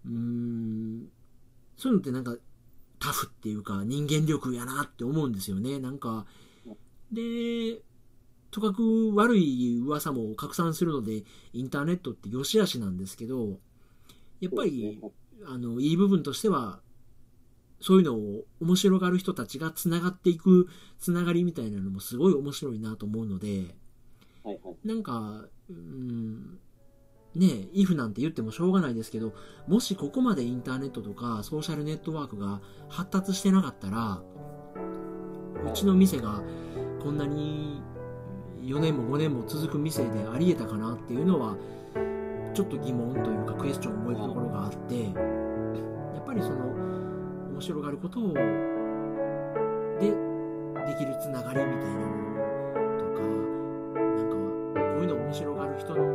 そういうのってなんかタフっていうか人間力やなって思うんですよね。なんかで、とかく悪い噂も拡散するのでインターネットって良し悪しなんですけど、やっぱりいい部分としてはそういうのを面白がる人たちがつながっていくつながりみたいなのもすごい面白いなと思うので、なんかねえ、イフなんて言ってもしょうがないですけど、もしここまでインターネットとかソーシャルネットワークが発達してなかったら、うちの店がこんなに4年も5年も続く店でありえたかなっていうのはちょっと疑問というかクエスチョンを覚えるところがあって、やっぱりその面白がることをできるつながりみたいなものとか、なんかこういうの面白がる人の